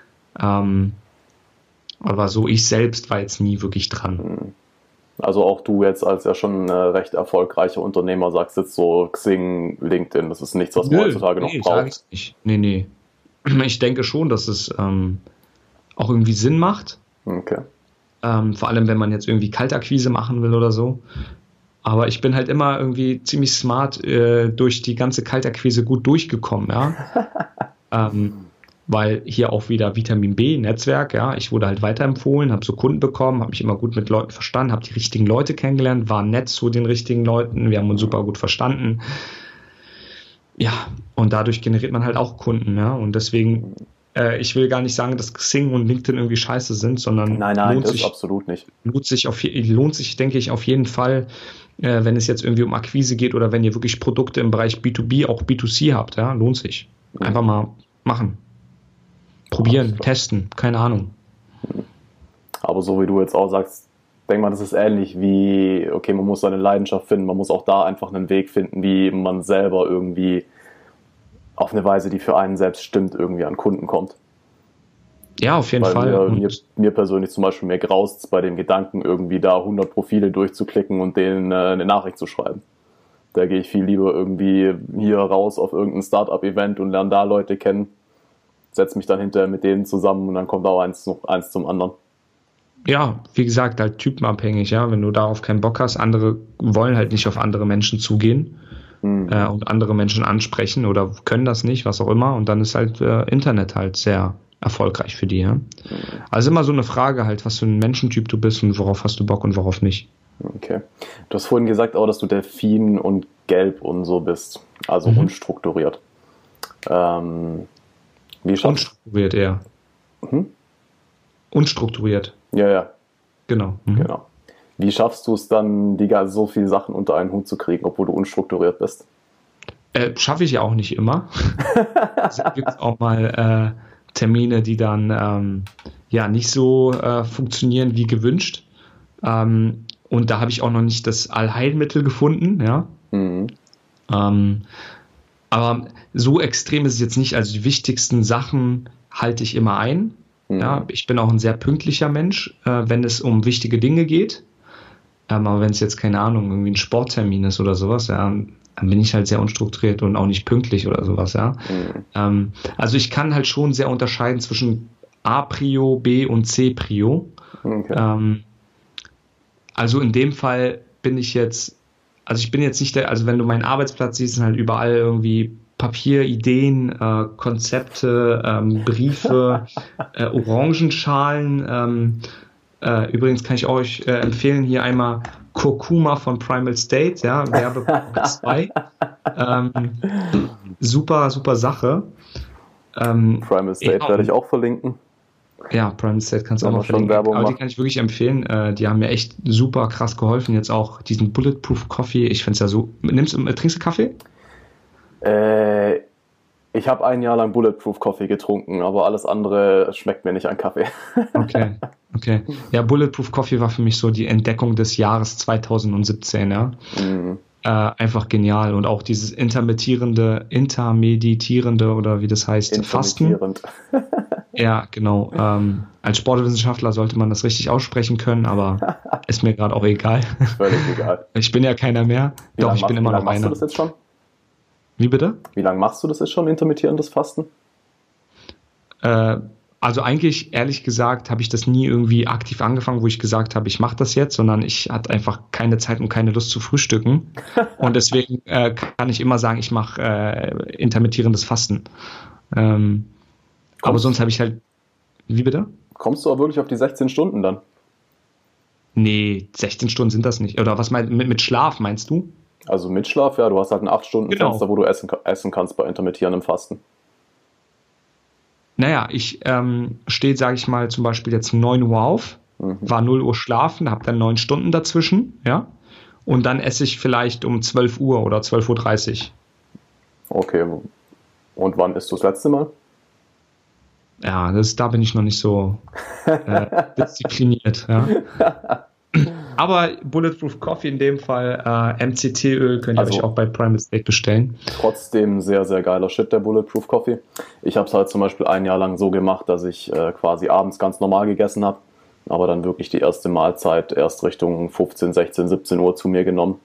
Aber so ich selbst war jetzt nie wirklich dran. Also auch du jetzt als ja schon recht erfolgreicher Unternehmer sagst jetzt so Xing, LinkedIn, das ist nichts, was man heutzutage noch braucht. Nee. Ich denke schon, dass es auch irgendwie Sinn macht. Okay. Vor allem, wenn man jetzt irgendwie Kaltakquise machen will oder so. Aber ich bin halt immer irgendwie ziemlich smart durch die ganze Kaltakquise gut durchgekommen, ja. Weil hier auch wieder Vitamin B, Netzwerk, ja. Ich wurde halt weiterempfohlen, habe so Kunden bekommen, habe mich immer gut mit Leuten verstanden, habe die richtigen Leute kennengelernt, war nett zu den richtigen Leuten, wir haben uns super gut verstanden. Ja, und dadurch generiert man halt auch Kunden, ja. Und deswegen ich will gar nicht sagen, dass Xing und LinkedIn irgendwie scheiße sind, sondern nein, das ist absolut nicht. Lohnt sich, denke ich, auf jeden Fall, wenn es jetzt irgendwie um Akquise geht oder wenn ihr wirklich Produkte im Bereich B2B, auch B2C habt, ja, lohnt sich. Einfach mal machen. Probieren, testen, keine Ahnung. Aber so wie du jetzt auch sagst, denk mal, das ist ähnlich wie, okay, man muss seine Leidenschaft finden, man muss auch da einfach einen Weg finden, wie man selber irgendwie auf eine Weise, die für einen selbst stimmt, irgendwie an Kunden kommt. Ja, auf jeden Fall. Mir persönlich zum Beispiel, mir graust bei dem Gedanken, irgendwie da 100 Profile durchzuklicken und denen eine Nachricht zu schreiben. Da gehe ich viel lieber irgendwie hier raus auf irgendein Startup-Event und lerne da Leute kennen, setze mich dann hinterher mit denen zusammen und dann kommt auch eins zum anderen. Ja, wie gesagt, halt typenabhängig, ja. Wenn du darauf keinen Bock hast, andere wollen halt nicht auf andere Menschen zugehen. Und andere Menschen ansprechen oder können das nicht, was auch immer. Und dann ist halt Internet halt sehr erfolgreich für die. Ja? Also immer so eine Frage halt, was für ein Menschentyp du bist und worauf hast du Bock und worauf nicht. Okay. Du hast vorhin gesagt auch, dass du Delfin und Gelb und so bist. Also unstrukturiert. Unstrukturiert eher. Unstrukturiert. Ja. Genau. Genau. Wie schaffst du es dann, so viele Sachen unter einen Hut zu kriegen, obwohl du unstrukturiert bist? Schaffe ich ja auch nicht immer. Es gibt auch mal Termine, die dann nicht so funktionieren wie gewünscht. Und da habe ich auch noch nicht das Allheilmittel gefunden. Ja. Aber so extrem ist es jetzt nicht. Also die wichtigsten Sachen halte ich immer ein. Ja. Ich bin auch ein sehr pünktlicher Mensch, wenn es um wichtige Dinge geht. Aber wenn es jetzt, keine Ahnung, irgendwie ein Sporttermin ist oder sowas, ja, dann bin ich halt sehr unstrukturiert und auch nicht pünktlich oder sowas, ja. Also ich kann halt schon sehr unterscheiden zwischen A-Prio, B und C-Prio. Okay. Also in dem Fall bin ich jetzt nicht also wenn du meinen Arbeitsplatz siehst, sind halt überall irgendwie Papier, Ideen, Konzepte, Briefe, Orangenschalen. Übrigens kann ich euch empfehlen, hier einmal Kurkuma von Primal State, ja, Werbeblock 2. Super, super Sache. Primal State werde ich auch verlinken. Ja, Primal State kannst du auch noch verlinken. Aber die kann ich wirklich empfehlen. Die haben mir echt super krass geholfen. Jetzt auch diesen Bulletproof Coffee. Ich finde es ja so. Trinkst du Kaffee? Ich habe ein Jahr lang Bulletproof Coffee getrunken, aber alles andere schmeckt mir nicht an Kaffee. Okay. Ja, Bulletproof Coffee war für mich so die Entdeckung des Jahres 2017, ja. Einfach genial. Und auch dieses intermeditierende oder wie das heißt, Fasten. Ja, genau. Als Sportwissenschaftler sollte man das richtig aussprechen können, aber ist mir gerade auch egal. Völlig egal. Ich bin ja keiner mehr. Doch, ich bin immer noch einer. Machst du das jetzt schon? Wie bitte? Wie lange machst du das jetzt schon, intermittierendes Fasten? Also eigentlich, ehrlich gesagt, habe ich das nie irgendwie aktiv angefangen, wo ich gesagt habe, ich mache das jetzt, sondern ich hatte einfach keine Zeit und keine Lust zu frühstücken. Und deswegen kann ich immer sagen, ich mache intermittierendes Fasten. Aber sonst habe ich halt... Wie bitte? Kommst du auch wirklich auf die 16 Stunden dann? Nee, 16 Stunden sind das nicht. Oder was mit Schlaf meinst du? Also mit Schlaf, ja, du hast halt ein 8-Stunden-Fenster, wo du essen kannst bei intermittierendem Fasten. Naja, ich stehe, sage ich mal, zum Beispiel jetzt um 9 Uhr auf, war 0 Uhr schlafen, habe dann 9 Stunden dazwischen, ja, und dann esse ich vielleicht um 12 Uhr oder 12.30 Uhr. Okay, und wann isst du das letzte Mal? Ja, da bin ich noch nicht so diszipliniert, ja. Aber Bulletproof Coffee in dem Fall, MCT-Öl könnt ihr euch auch bei Primal State bestellen. Trotzdem sehr, sehr geiler Shit, der Bulletproof Coffee. Ich habe es halt zum Beispiel ein Jahr lang so gemacht, dass ich quasi abends ganz normal gegessen habe, aber dann wirklich die erste Mahlzeit erst Richtung 15, 16, 17 Uhr zu mir genommen.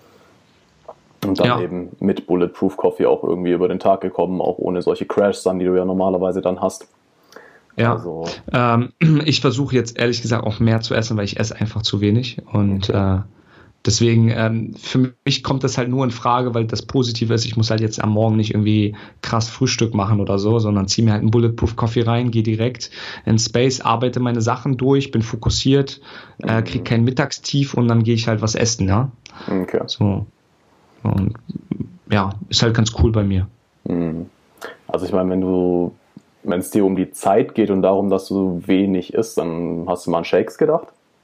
Und dann eben mit Bulletproof Coffee auch irgendwie über den Tag gekommen, auch ohne solche Crashs dann, die du ja normalerweise dann hast. Ja, also. Ich versuche jetzt ehrlich gesagt auch mehr zu essen, weil ich esse einfach zu wenig und deswegen für mich kommt das halt nur in Frage, weil das Positive ist, ich muss halt jetzt am Morgen nicht irgendwie krass Frühstück machen oder so, sondern ziehe mir halt einen Bulletproof Coffee rein, gehe direkt in Space, arbeite meine Sachen durch, bin fokussiert, kriege kein Mittagstief und dann gehe ich halt was essen, ja. Okay. So. Und ja, ist halt ganz cool bei mir. Also ich meine, wenn es dir um die Zeit geht und darum, dass du wenig isst, dann hast du mal an Shakes gedacht?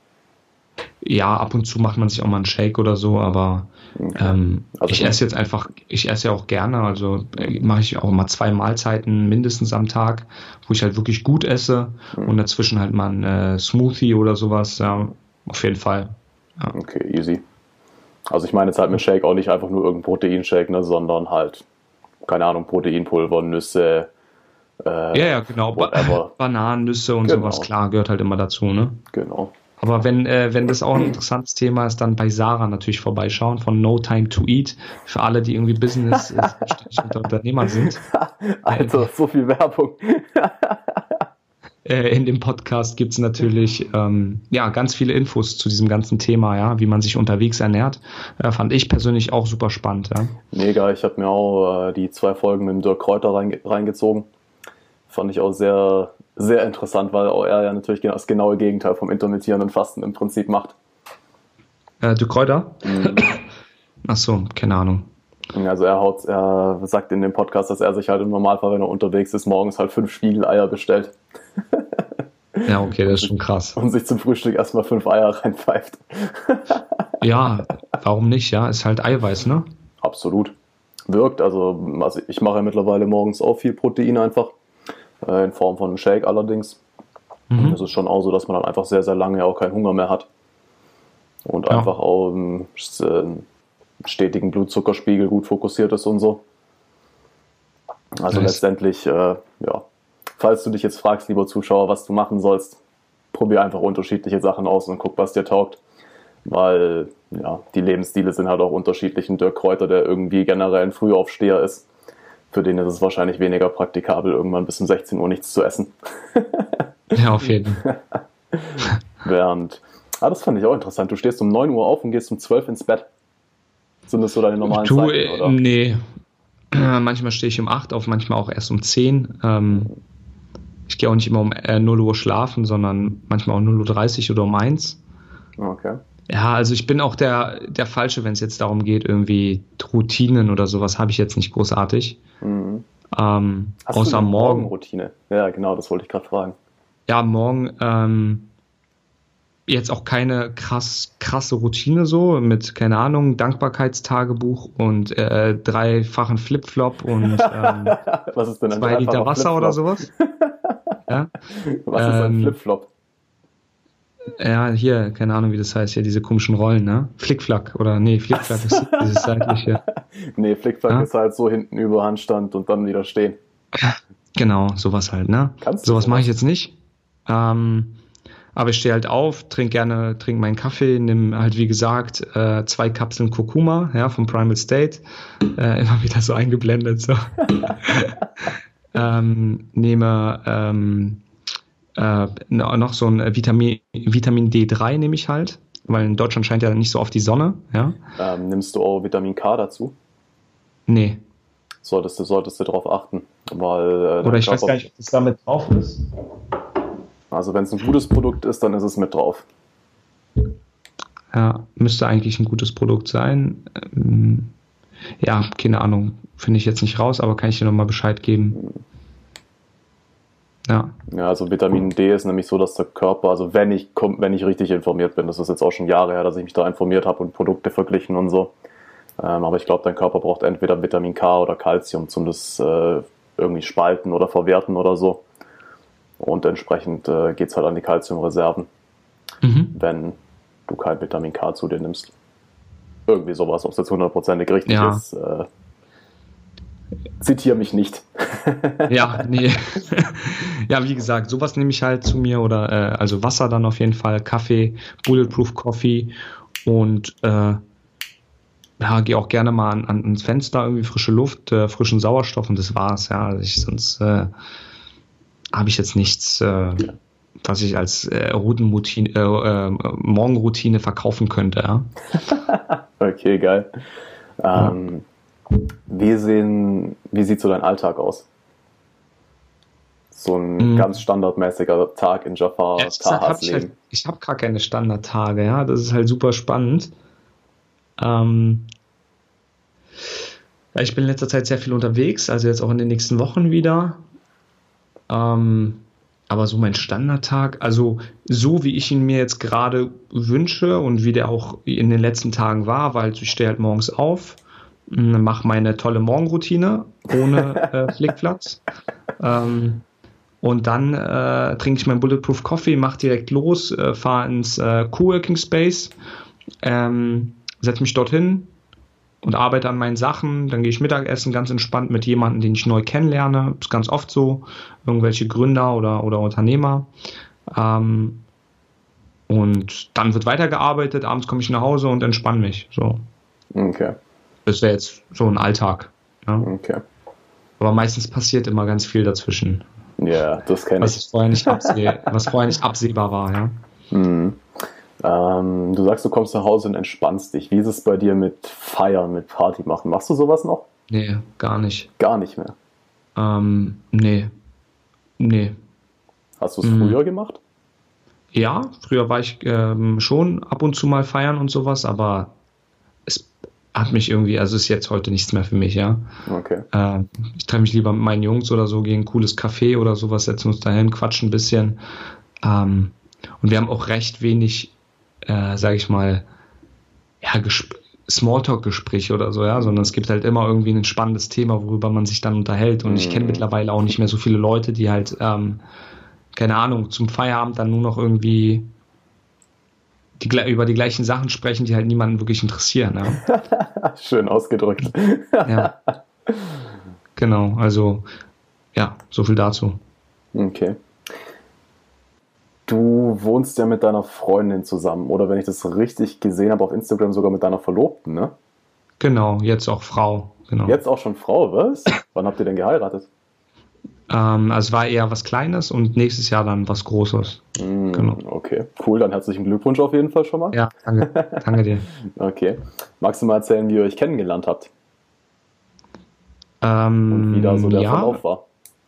Ja, ab und zu macht man sich auch mal einen Shake oder so, aber also ich esse ja auch gerne, also mache ich auch mal 2 Mahlzeiten mindestens am Tag, wo ich halt wirklich gut esse und dazwischen halt mal ein Smoothie oder sowas, ja, auf jeden Fall. Ja. Okay, easy. Also ich meine jetzt halt mit Shake auch nicht einfach nur irgendein Proteinshake, ne, sondern halt, keine Ahnung, Proteinpulver, Nüsse, ja, genau. Bananen, Nüsse und sowas, klar, gehört halt immer dazu, ne? Genau. Aber wenn das auch ein interessantes Thema ist, dann bei Sarah natürlich vorbeischauen von No Time to Eat. Für alle, die irgendwie Business Unternehmer sind. Alter, so viel Werbung. In dem Podcast gibt es natürlich ganz viele Infos zu diesem ganzen Thema, ja, wie man sich unterwegs ernährt. Fand ich persönlich auch super spannend. Ja. Mega, ich habe mir auch die 2 Folgen mit dem Dirk Kräuter reingezogen. Fand ich auch sehr, sehr interessant, weil auch er ja natürlich das genaue Gegenteil vom intermittierenden Fasten im Prinzip macht. Dirk Kräuter? Ach so, keine Ahnung. Also er sagt in dem Podcast, dass er sich halt im Normalfall, wenn er unterwegs ist, morgens halt 5 Spiegeleier bestellt. Ja, okay, das ist schon krass. Und sich zum Frühstück erstmal 5 Eier reinpfeift. Ja, warum nicht, ja? Ist halt Eiweiß, ne? Absolut. Wirkt, also ich mache ja mittlerweile morgens auch viel Protein einfach. In Form von einem Shake allerdings. Es ist schon auch so, dass man dann einfach sehr, sehr lange auch keinen Hunger mehr hat. Und einfach auch im stetigen Blutzuckerspiegel gut fokussiert ist und so. Also letztendlich, falls du dich jetzt fragst, lieber Zuschauer, was du machen sollst, probier einfach unterschiedliche Sachen aus und guck, was dir taugt. Weil, die Lebensstile sind halt auch unterschiedlich. Ein Dirk Kräuter, der irgendwie generell ein Frühaufsteher ist, für den ist es wahrscheinlich weniger praktikabel, irgendwann bis um 16 Uhr nichts zu essen. Ja, auf jeden Fall. Während Das fand ich auch interessant. Du stehst um 9 Uhr auf und gehst um 12 ins Bett. Sind das so deine normalen Zeiten, oder? Nee. Manchmal stehe ich um 8 auf, manchmal auch erst um 10. Ich gehe auch nicht immer um 0 Uhr schlafen, sondern manchmal auch 0:30 Uhr oder um 1. Okay. Ja, also ich bin auch der Falsche, wenn es jetzt darum geht, irgendwie Routinen oder sowas habe ich jetzt nicht großartig. Mhm. Hast Außer du eine morgen. Morgenroutine? Ja, genau, das wollte ich gerade fragen. Ja, morgen jetzt auch keine krasse Routine so mit, keine Ahnung, Dankbarkeitstagebuch und 3-fachen Flipflop und Was ist denn ein 2 Liter dreifacher Wasser Flipflop? oder sowas. Ja, Was ist ein Flipflop? ja, hier, keine Ahnung, wie das heißt, hier diese komischen Rollen, ne? Flickflack oder nee, Flickflack ist dieses seitliche. Nee, Flickflack Ja? ist halt so hinten über Handstand und dann wieder stehen. Genau, sowas halt, ne? Kannst du Sowas mache ich sowas? jetzt nicht. Aber ich stehe halt auf, trinke meinen Kaffee, nehme halt wie gesagt 2 Kapseln Kurkuma, ja, vom Primal State, immer wieder so eingeblendet, so. Nehme noch so ein Vitamin D3 nehme ich halt, weil in Deutschland scheint ja nicht so oft die Sonne, ja. Nimmst du auch Vitamin K dazu? Nee. Solltest du darauf achten, weil Oder ich weiß gar nicht, ob das damit drauf ist. Also wenn es ein gutes Produkt ist, dann ist es mit drauf. Ja, müsste eigentlich ein gutes Produkt sein. Ja, keine Ahnung, finde ich jetzt nicht raus, aber kann ich dir nochmal Bescheid geben. Ja. Ja, also Vitamin D ist nämlich so, dass der Körper, also wenn ich richtig informiert bin, das ist jetzt auch schon Jahre her, dass ich mich da informiert habe und Produkte verglichen und so, aber ich glaube, dein Körper braucht entweder Vitamin K oder Calcium zum das irgendwie spalten oder verwerten oder so. Und entsprechend geht es halt an die Calciumreserven, wenn du kein Vitamin K zu dir nimmst. Irgendwie sowas, ob es jetzt 100% richtig ist. Zitiere mich nicht. Ja, nee. Ja, wie gesagt, sowas nehme ich halt zu mir oder also Wasser dann auf jeden Fall, Kaffee, Bulletproof Coffee und gehe auch gerne mal ans Fenster, irgendwie frische Luft, frischen Sauerstoff und das war's, ja. Also sonst habe ich jetzt nichts, was ich als Morgenroutine verkaufen könnte, ja. Okay, geil. Wie sieht so dein Alltag aus? So ein ganz standardmäßiger Tag in Jafar Tahas Leben. Ich habe gar keine Standardtage, ja. Das ist halt super spannend. Ich bin in letzter Zeit sehr viel unterwegs, also jetzt auch in den nächsten Wochen wieder. Aber so mein Standardtag, also so wie ich ihn mir jetzt gerade wünsche und wie der auch in den letzten Tagen war, weil ich stehe halt morgens auf, mache meine tolle Morgenroutine ohne Flickflacks. Und dann trinke ich meinen Bulletproof Coffee, mache direkt los, fahre ins Coworking Space, setze mich dorthin und arbeite an meinen Sachen. Dann gehe ich Mittagessen ganz entspannt mit jemandem, den ich neu kennenlerne. Das ist ganz oft so, irgendwelche Gründer oder Unternehmer. Und dann wird weitergearbeitet, abends komme ich nach Hause und entspanne mich. So. Okay. Das wäre jetzt so ein Alltag. Ja. Okay. Aber meistens passiert immer ganz viel dazwischen. Ja, das kenne ich. Was vorher nicht absehbar war, ja. Du sagst, du kommst nach Hause und entspannst dich. Wie ist es bei dir mit Feiern, mit Party machen? Machst du sowas noch? Nee, gar nicht. Gar nicht mehr? Nee. Hast du es früher gemacht? Ja, früher war ich schon ab und zu mal feiern und sowas, aber es hat mich irgendwie, also ist jetzt heute nichts mehr für mich, ja. Okay. Ich treffe mich lieber mit meinen Jungs oder so, gehen ein cooles Café oder sowas, setzen uns dahin, quatschen ein bisschen. Und wir haben auch recht wenig, sage ich mal, ja, Smalltalk-Gespräche oder so, ja, sondern es gibt halt immer irgendwie ein spannendes Thema, worüber man sich dann unterhält. Und ich kenne mittlerweile auch nicht mehr so viele Leute, die halt, keine Ahnung, zum Feierabend dann nur noch irgendwie über die gleichen Sachen sprechen, die halt niemanden wirklich interessieren. Ja. Schön ausgedrückt. Ja. Genau, also ja, so viel dazu. Okay. Du wohnst ja mit deiner Freundin zusammen, oder wenn ich das richtig gesehen habe auf Instagram, sogar mit deiner Verlobten, ne? Genau, jetzt auch Frau. Genau. Jetzt auch schon Frau, was? Wann habt ihr denn geheiratet? Also es war eher was Kleines und nächstes Jahr dann was Großes. Genau. Okay, cool. Dann herzlichen Glückwunsch auf jeden Fall schon mal. Ja, danke. Danke dir. Okay. Magst du mal erzählen, wie ihr euch kennengelernt habt? Und wie da so der Verlauf war?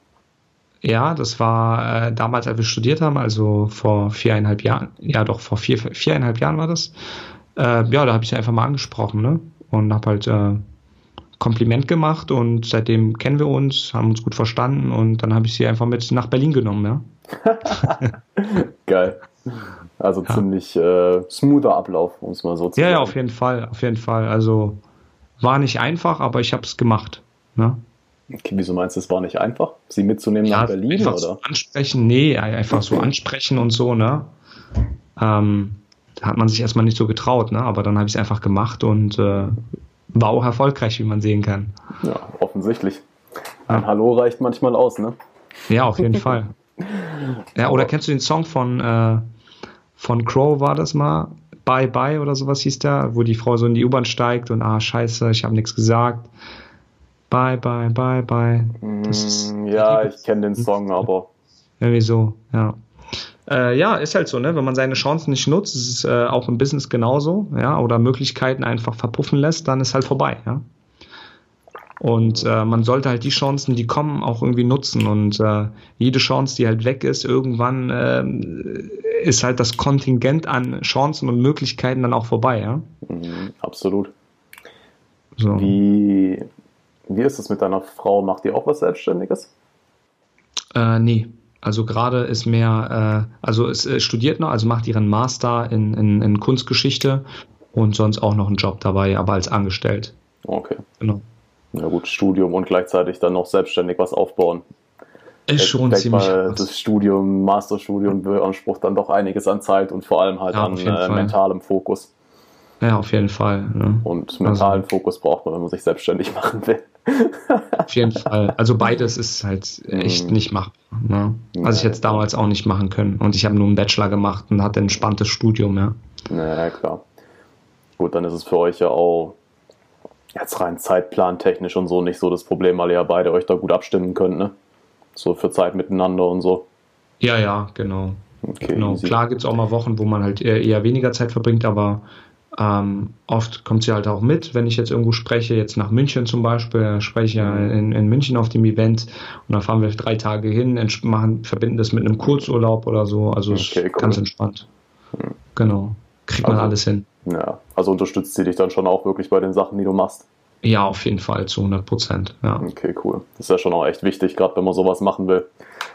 Ja, das war damals, als wir studiert haben, also vor 4,5 Jahren. Ja, doch, vor 4,5 Jahren war das. Ja, da habe ich sie einfach mal angesprochen, ne? Und habe halt Kompliment gemacht und seitdem kennen wir uns, haben uns gut verstanden und dann habe ich sie einfach mit nach Berlin genommen, ja. Geil. Also ziemlich smoother Ablauf, um es mal so zu sagen. Ja, auf jeden Fall, auf jeden Fall. Also war nicht einfach, aber ich habe es gemacht. Ne? Okay, wieso meinst du, es war nicht einfach, sie mitzunehmen nach Berlin? Einfach oder? So ansprechen, einfach so ansprechen und so, ne? Da hat man sich erstmal nicht so getraut, ne? Aber dann habe ich es einfach gemacht und war auch erfolgreich, wie man sehen kann. Ja, offensichtlich. Ein Hallo reicht manchmal aus, ne? Ja, auf jeden Fall. Ja, oder kennst du den Song von Crow, war das mal? Bye Bye oder sowas hieß der, wo die Frau so in die U-Bahn steigt und scheiße, ich habe nichts gesagt. Bye, bye, bye, bye. Ja, ich kenne den Song, aber... Irgendwie so, ja. Ja, ist halt so, ne? Wenn man seine Chancen nicht nutzt, ist es auch im Business genauso, ja, oder Möglichkeiten einfach verpuffen lässt, dann ist halt vorbei, ja. Und man sollte halt die Chancen, die kommen, auch irgendwie nutzen und jede Chance, die halt weg ist, irgendwann ist halt das Kontingent an Chancen und Möglichkeiten dann auch vorbei, ja. Absolut. So. Wie ist es mit deiner Frau? Macht die auch was Selbstständiges? Nee. Also gerade ist mehr, es studiert noch, also macht ihren Master in Kunstgeschichte und sonst auch noch einen Job dabei, aber als angestellt. Okay. Genau. Ja gut, Studium und gleichzeitig dann noch selbstständig was aufbauen. Ist schon ziemlich mal, das Studium, Masterstudium beansprucht dann doch einiges an Zeit und vor allem halt an mentalem Fokus. Ja, auf jeden Fall. Ne? Und mentalen Fokus braucht man, wenn man sich selbstständig machen will. Auf jeden Fall. Also beides ist halt echt nicht machbar. Ne? Also ich hätte es damals auch nicht machen können. Und ich habe nur einen Bachelor gemacht und hatte ein entspanntes Studium. Ja. Ja, klar. Gut, dann ist es für euch ja auch jetzt rein zeitplantechnisch und so nicht so das Problem, weil ihr ja beide euch da gut abstimmen könnt, ne? So für Zeit miteinander und so. Ja, genau. Okay, genau. Klar gibt es auch mal Wochen, wo man halt eher weniger Zeit verbringt, aber oft kommt sie halt auch mit, wenn ich jetzt irgendwo spreche, jetzt nach München zum Beispiel, spreche ich ja in München auf dem Event und dann fahren wir 3 Tage hin, verbinden das mit einem Kurzurlaub oder so, also okay, ist ganz entspannt. Genau, kriegt man alles hin. Ja, also unterstützt sie dich dann schon auch wirklich bei den Sachen, die du machst? Ja, auf jeden Fall, zu 100%. Ja. Okay, cool. Das ist ja schon auch echt wichtig, gerade wenn man sowas machen will.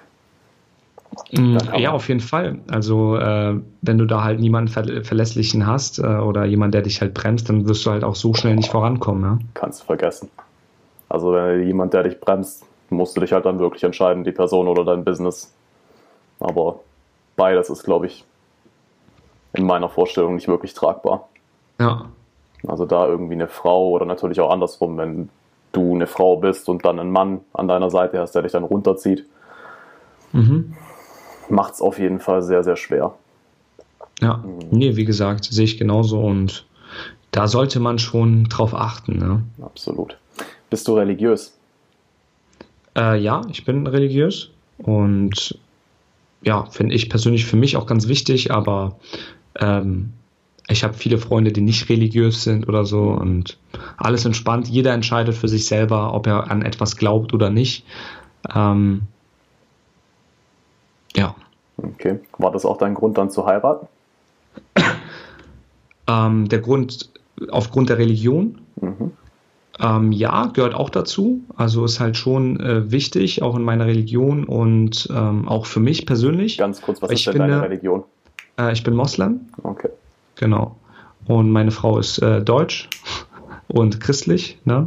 Ja, auf jeden Fall. Also wenn du da halt niemanden Verlässlichen hast oder jemand, der dich halt bremst, dann wirst du halt auch so schnell nicht vorankommen. Ja? Kannst du vergessen. Also wenn jemand, der dich bremst, musst du dich halt dann wirklich entscheiden, die Person oder dein Business. Aber beides ist, glaube ich, in meiner Vorstellung nicht wirklich tragbar. Ja. Also da irgendwie eine Frau oder natürlich auch andersrum, wenn du eine Frau bist und dann einen Mann an deiner Seite hast, der dich dann runterzieht. Macht es auf jeden Fall sehr, sehr schwer. Ja, nee, wie gesagt, sehe ich genauso und da sollte man schon drauf achten. Ne? Absolut. Bist du religiös? Ja, ich bin religiös und ja, finde ich persönlich für mich auch ganz wichtig, aber ich habe viele Freunde, die nicht religiös sind oder so und alles entspannt. Jeder entscheidet für sich selber, ob er an etwas glaubt oder nicht. Ja. Okay. War das auch dein Grund, dann zu heiraten? Der Grund aufgrund der Religion? Ja, gehört auch dazu. Also ist halt schon wichtig, auch in meiner Religion und auch für mich persönlich. Ganz kurz, was ist denn deine Religion? Ich bin Moslem. Okay. Genau. Und meine Frau ist deutsch und christlich. Ne?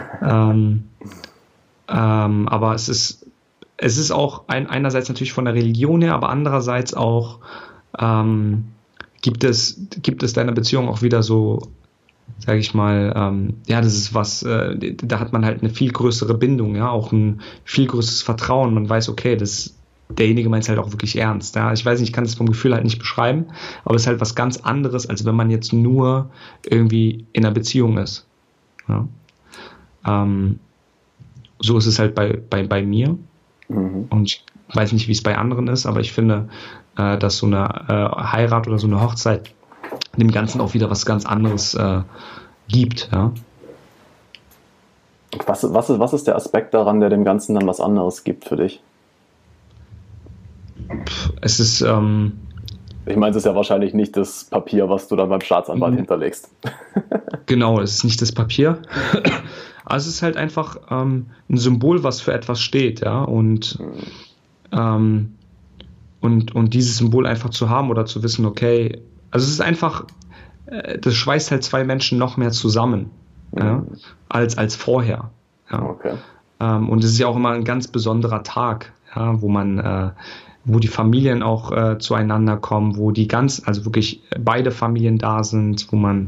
Aber es ist auch einerseits natürlich von der Religion her, aber andererseits auch gibt es deiner Beziehung auch wieder so, sage ich mal, ja, das ist was, da hat man halt eine viel größere Bindung, ja, auch ein viel größeres Vertrauen. Man weiß, okay, derjenige meint es halt auch wirklich ernst. Ja? Ich weiß nicht, ich kann es vom Gefühl halt nicht beschreiben, aber es ist halt was ganz anderes, als wenn man jetzt nur irgendwie in einer Beziehung ist. Ja? So ist es halt bei mir. Und ich weiß nicht, wie es bei anderen ist, aber ich finde, dass so eine Heirat oder so eine Hochzeit dem Ganzen auch wieder was ganz anderes gibt. Ja? Was ist der Aspekt daran, der dem Ganzen dann was anderes gibt für dich? Es ist... ich meine, es ist ja wahrscheinlich nicht das Papier, was du dann beim Staatsanwalt hinterlegst. Genau, es ist nicht das Papier. Also es ist halt einfach ein Symbol, was für etwas steht, ja. Und dieses Symbol einfach zu haben oder zu wissen, okay, also es ist einfach, das schweißt halt zwei Menschen noch mehr zusammen, ja, als vorher. Ja. Okay. Und es ist ja auch immer ein ganz besonderer Tag, ja, wo die Familien auch zueinander kommen, wo also wirklich beide Familien da sind, wo man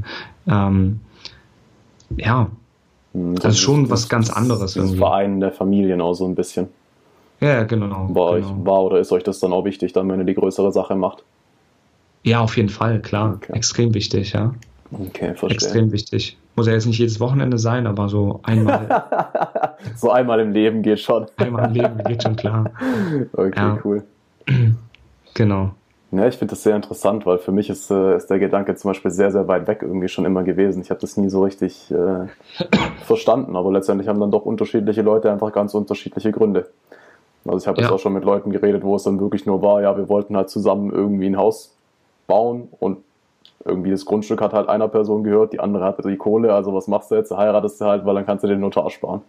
das ist schon was ganz anderes. Das Verein der Familien auch so ein bisschen. Ja, genau. Euch war oder ist euch das dann auch wichtig, dann, wenn ihr die größere Sache macht? Ja, auf jeden Fall, klar. Okay. Extrem wichtig, ja. Okay, verstehe. Extrem wichtig. Muss ja jetzt nicht jedes Wochenende sein, aber so einmal. So einmal im Leben geht schon. Einmal im Leben geht schon, klar. Okay, ja. Cool. Genau. Ja, ich finde das sehr interessant, weil für mich ist der Gedanke zum Beispiel sehr, sehr weit weg irgendwie schon immer gewesen. Ich habe das nie so richtig verstanden, aber letztendlich haben dann doch unterschiedliche Leute einfach ganz unterschiedliche Gründe. Also ich habe jetzt auch schon mit Leuten geredet, wo es dann wirklich nur war, ja, wir wollten halt zusammen irgendwie ein Haus bauen und irgendwie das Grundstück hat halt einer Person gehört, die andere hatte die Kohle, also was machst du jetzt? Du heiratest du halt, weil dann kannst du den Notar sparen.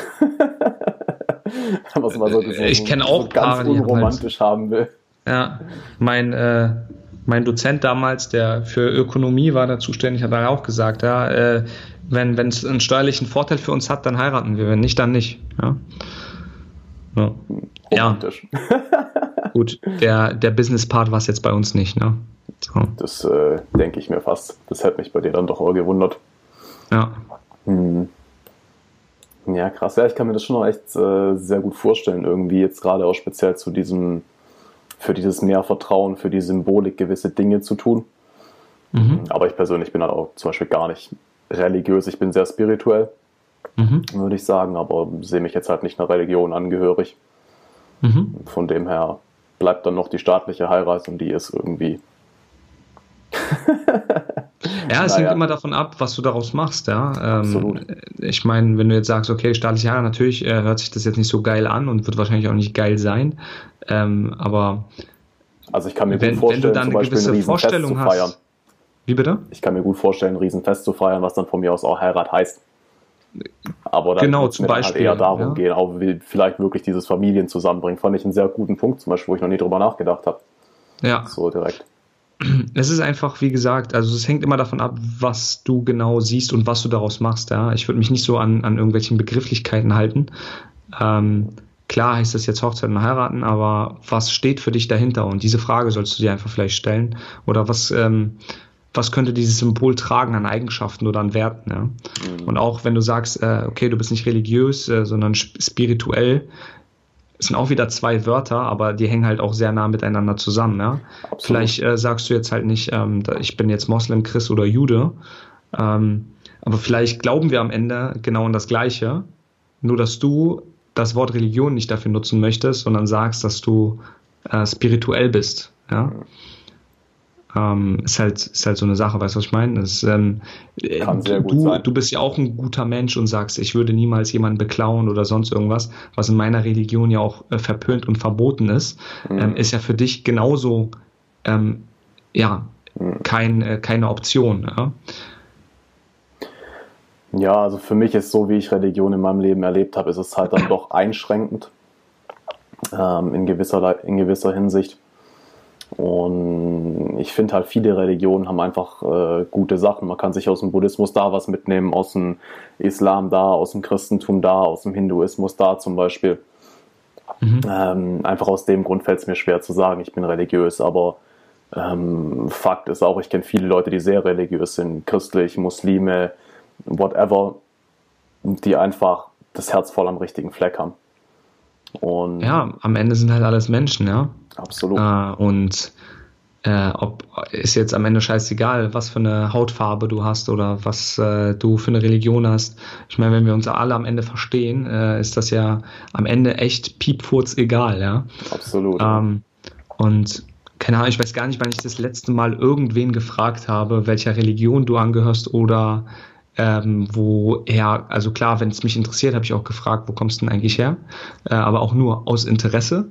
Was man so ich kenne auch so ganz Paare, unromantisch haben will. Ja, mein Dozent damals, der für Ökonomie war da zuständig, hat auch gesagt, ja, wenn es einen steuerlichen Vorteil für uns hat, dann heiraten wir, wenn nicht, dann nicht. Ja. Romantisch. Ja. Gut, der Business-Part war es jetzt bei uns nicht, ne? So. Das denke ich mir fast. Das hätte mich bei dir dann doch auch gewundert. Ja. Ja, krass. Ja, ich kann mir das schon noch echt sehr gut vorstellen, irgendwie jetzt gerade auch speziell für dieses mehr Vertrauen, für die Symbolik gewisse Dinge zu tun. Aber ich persönlich bin halt auch zum Beispiel gar nicht religiös. Ich bin sehr spirituell, würde ich sagen, aber sehe mich jetzt halt nicht einer Religion angehörig. Von dem her bleibt dann noch die staatliche Heirat und die ist irgendwie... Ja, es hängt immer davon ab, was du daraus machst, ja. Absolut. Ich meine, wenn du jetzt sagst, okay, staatliche Heirat, natürlich hört sich das jetzt nicht so geil an und wird wahrscheinlich auch nicht geil sein, aber also ich kann mir gut vorstellen, wenn du dann zum Beispiel ein Riesenfest zu feiern. Wie bitte? Ich kann mir gut vorstellen, ein Riesenfest zu feiern, was dann von mir aus auch Heirat heißt. Aber dann genau, wird es mir dann halt eher darum gehen, auch vielleicht wirklich dieses Familien zusammenbringen. Fand ich einen sehr guten Punkt, zum Beispiel, wo ich noch nie drüber nachgedacht habe. Ja. So direkt. Es ist einfach, wie gesagt, also es hängt immer davon ab, was du genau siehst und was du daraus machst. Ja? Ich würde mich nicht so an irgendwelchen Begrifflichkeiten halten. Klar heißt das jetzt Hochzeit und heiraten, aber was steht für dich dahinter? Und diese Frage sollst du dir einfach vielleicht stellen. Oder was könnte dieses Symbol tragen an Eigenschaften oder an Werten? Ja? Und auch wenn du sagst, okay, du bist nicht religiös, sondern spirituell, es sind auch wieder zwei Wörter, aber die hängen halt auch sehr nah miteinander zusammen. Ja? Vielleicht sagst du jetzt halt nicht, ich bin jetzt Moslem, Christ oder Jude, aber vielleicht glauben wir am Ende genau an das Gleiche, nur dass du das Wort Religion nicht dafür nutzen möchtest, sondern sagst, dass du spirituell bist. Ja? Ist halt so eine Sache, weißt du, was ich meine? Kann sehr gut sein. Du bist ja auch ein guter Mensch und sagst, ich würde niemals jemanden beklauen oder sonst irgendwas, was in meiner Religion ja auch verpönt und verboten ist, ist ja für dich genauso keine Option. Ja? Ja, also für mich ist so, wie ich Religion in meinem Leben erlebt habe, ist es halt dann doch einschränkend in gewisser Hinsicht. Und ich finde halt, viele Religionen haben einfach gute Sachen. Man kann sich aus dem Buddhismus da was mitnehmen, aus dem Islam da, aus dem Christentum da, aus dem Hinduismus da zum Beispiel. Einfach aus dem Grund fällt es mir schwer zu sagen, ich bin religiös, aber Fakt ist auch, ich kenne viele Leute, die sehr religiös sind, christlich, Muslime, whatever, die einfach das Herz voll am richtigen Fleck haben. Und ja, am Ende sind halt alles Menschen, ja. Absolut. Und ist jetzt am Ende scheißegal, was für eine Hautfarbe du hast oder was du für eine Religion hast. Ich meine, wenn wir uns alle am Ende verstehen, ist das ja am Ende echt piepfurz egal, ja. Absolut. Und keine Ahnung, ich weiß gar nicht, wann ich das letzte Mal irgendwen gefragt habe, welcher Religion du angehörst oder woher, also klar, wenn es mich interessiert, habe ich auch gefragt, wo kommst du denn eigentlich her? Aber auch nur aus Interesse.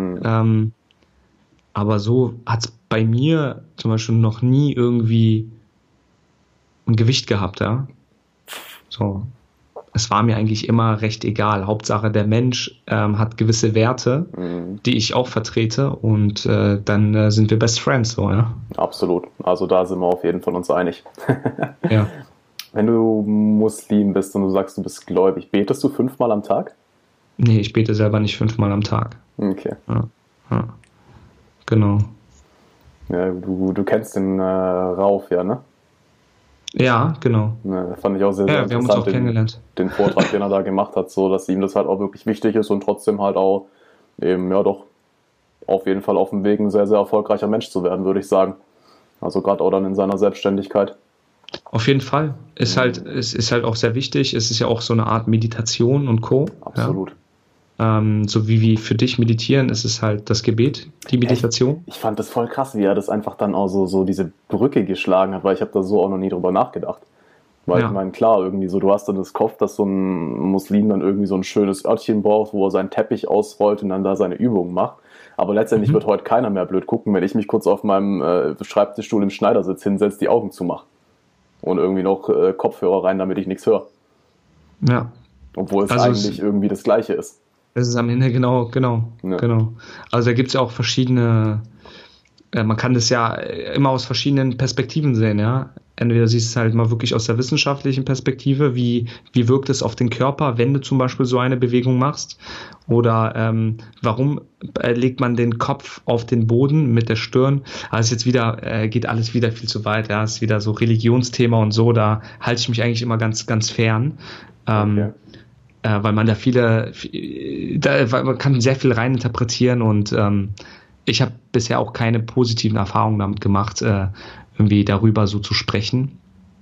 Aber so hat es bei mir zum Beispiel noch nie irgendwie ein Gewicht gehabt, ja. So. Es war mir eigentlich immer recht egal. Hauptsache, der Mensch hat gewisse Werte, die ich auch vertrete und dann sind wir Best Friends, so, ja. Absolut. Also da sind wir auf jeden Fall uns einig. Ja. Wenn du Muslim bist und du sagst, du bist gläubig, betest du 5-mal am Tag? Nee, ich bete selber nicht 5-mal am Tag. Okay. Ja. Genau. Ja, du kennst den Rauf, ja, ne? Ja, genau. Ja, fand ich auch sehr, sehr interessant. Wir haben uns auch kennengelernt. Den Vortrag, den er da gemacht hat, so, dass ihm das halt auch wirklich wichtig ist und trotzdem halt auch eben, ja doch, auf jeden Fall auf dem Weg ein sehr, sehr erfolgreicher Mensch zu werden, würde ich sagen. Also gerade auch dann in seiner Selbstständigkeit. Auf jeden Fall. Es ist halt auch sehr wichtig. Es ist ja auch so eine Art Meditation und Co. Absolut. Ja. So wie für dich meditieren, ist es halt das Gebet, die Meditation. Ich fand das voll krass, wie er das einfach dann auch so diese Brücke geschlagen hat, weil ich habe da so auch noch nie drüber nachgedacht. Weil ich meine, klar, irgendwie so, du hast dann das Kopf, dass so ein Muslim dann irgendwie so ein schönes Örtchen braucht, wo er seinen Teppich ausrollt und dann da seine Übungen macht. Aber letztendlich wird heute keiner mehr blöd gucken, wenn ich mich kurz auf meinem Schreibtischstuhl im Schneidersitz hinsetze, die Augen zumache. Und irgendwie noch Kopfhörer rein, damit ich nichts höre. Ja. Obwohl es eigentlich irgendwie das Gleiche ist. Es ist am Ende genau. Also da gibt es ja auch verschiedene, man kann das ja immer aus verschiedenen Perspektiven sehen, ja. Entweder siehst du es halt mal wirklich aus der wissenschaftlichen Perspektive, wie wirkt es auf den Körper, wenn du zum Beispiel so eine Bewegung machst, oder warum legt man den Kopf auf den Boden mit der Stirn. Also jetzt wieder, geht alles wieder viel zu weit, ja, ist wieder so Religionsthema und so, da halte ich mich eigentlich immer ganz, ganz fern. Okay. Weil man man kann sehr viel reininterpretieren und ich habe bisher auch keine positiven Erfahrungen damit gemacht, irgendwie darüber so zu sprechen,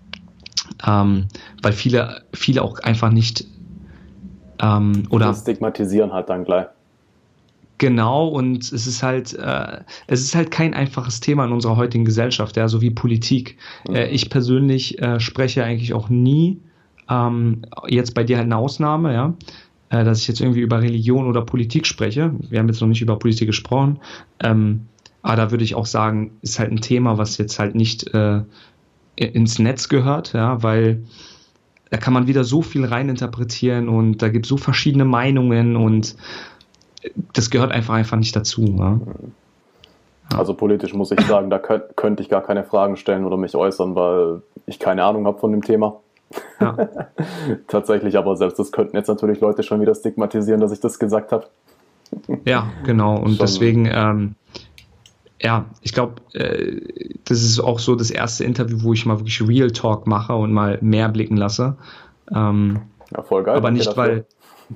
weil viele auch einfach nicht oder das stigmatisieren halt dann gleich. Genau, und es ist halt kein einfaches Thema in unserer heutigen Gesellschaft, ja, so wie Politik. Ich persönlich spreche eigentlich auch nie, jetzt bei dir halt eine Ausnahme, ja, dass ich jetzt irgendwie über Religion oder Politik spreche. Wir haben jetzt noch nicht über Politik gesprochen, aber da würde ich auch sagen, ist halt ein Thema, was jetzt halt nicht ins Netz gehört, ja, weil da kann man wieder so viel reininterpretieren und da gibt es so verschiedene Meinungen und das gehört einfach nicht dazu. Ja. Also politisch muss ich sagen, da könnte ich gar keine Fragen stellen oder mich äußern, weil ich keine Ahnung habe von dem Thema. Ja. Tatsächlich, aber selbst das könnten jetzt natürlich Leute schon wieder stigmatisieren, dass ich das gesagt habe. Ja, genau. Und deswegen, ich glaube, das ist auch so das erste Interview, wo ich mal wirklich Real Talk mache und mal mehr blicken lasse. Ja, voll geil. Aber nicht, weil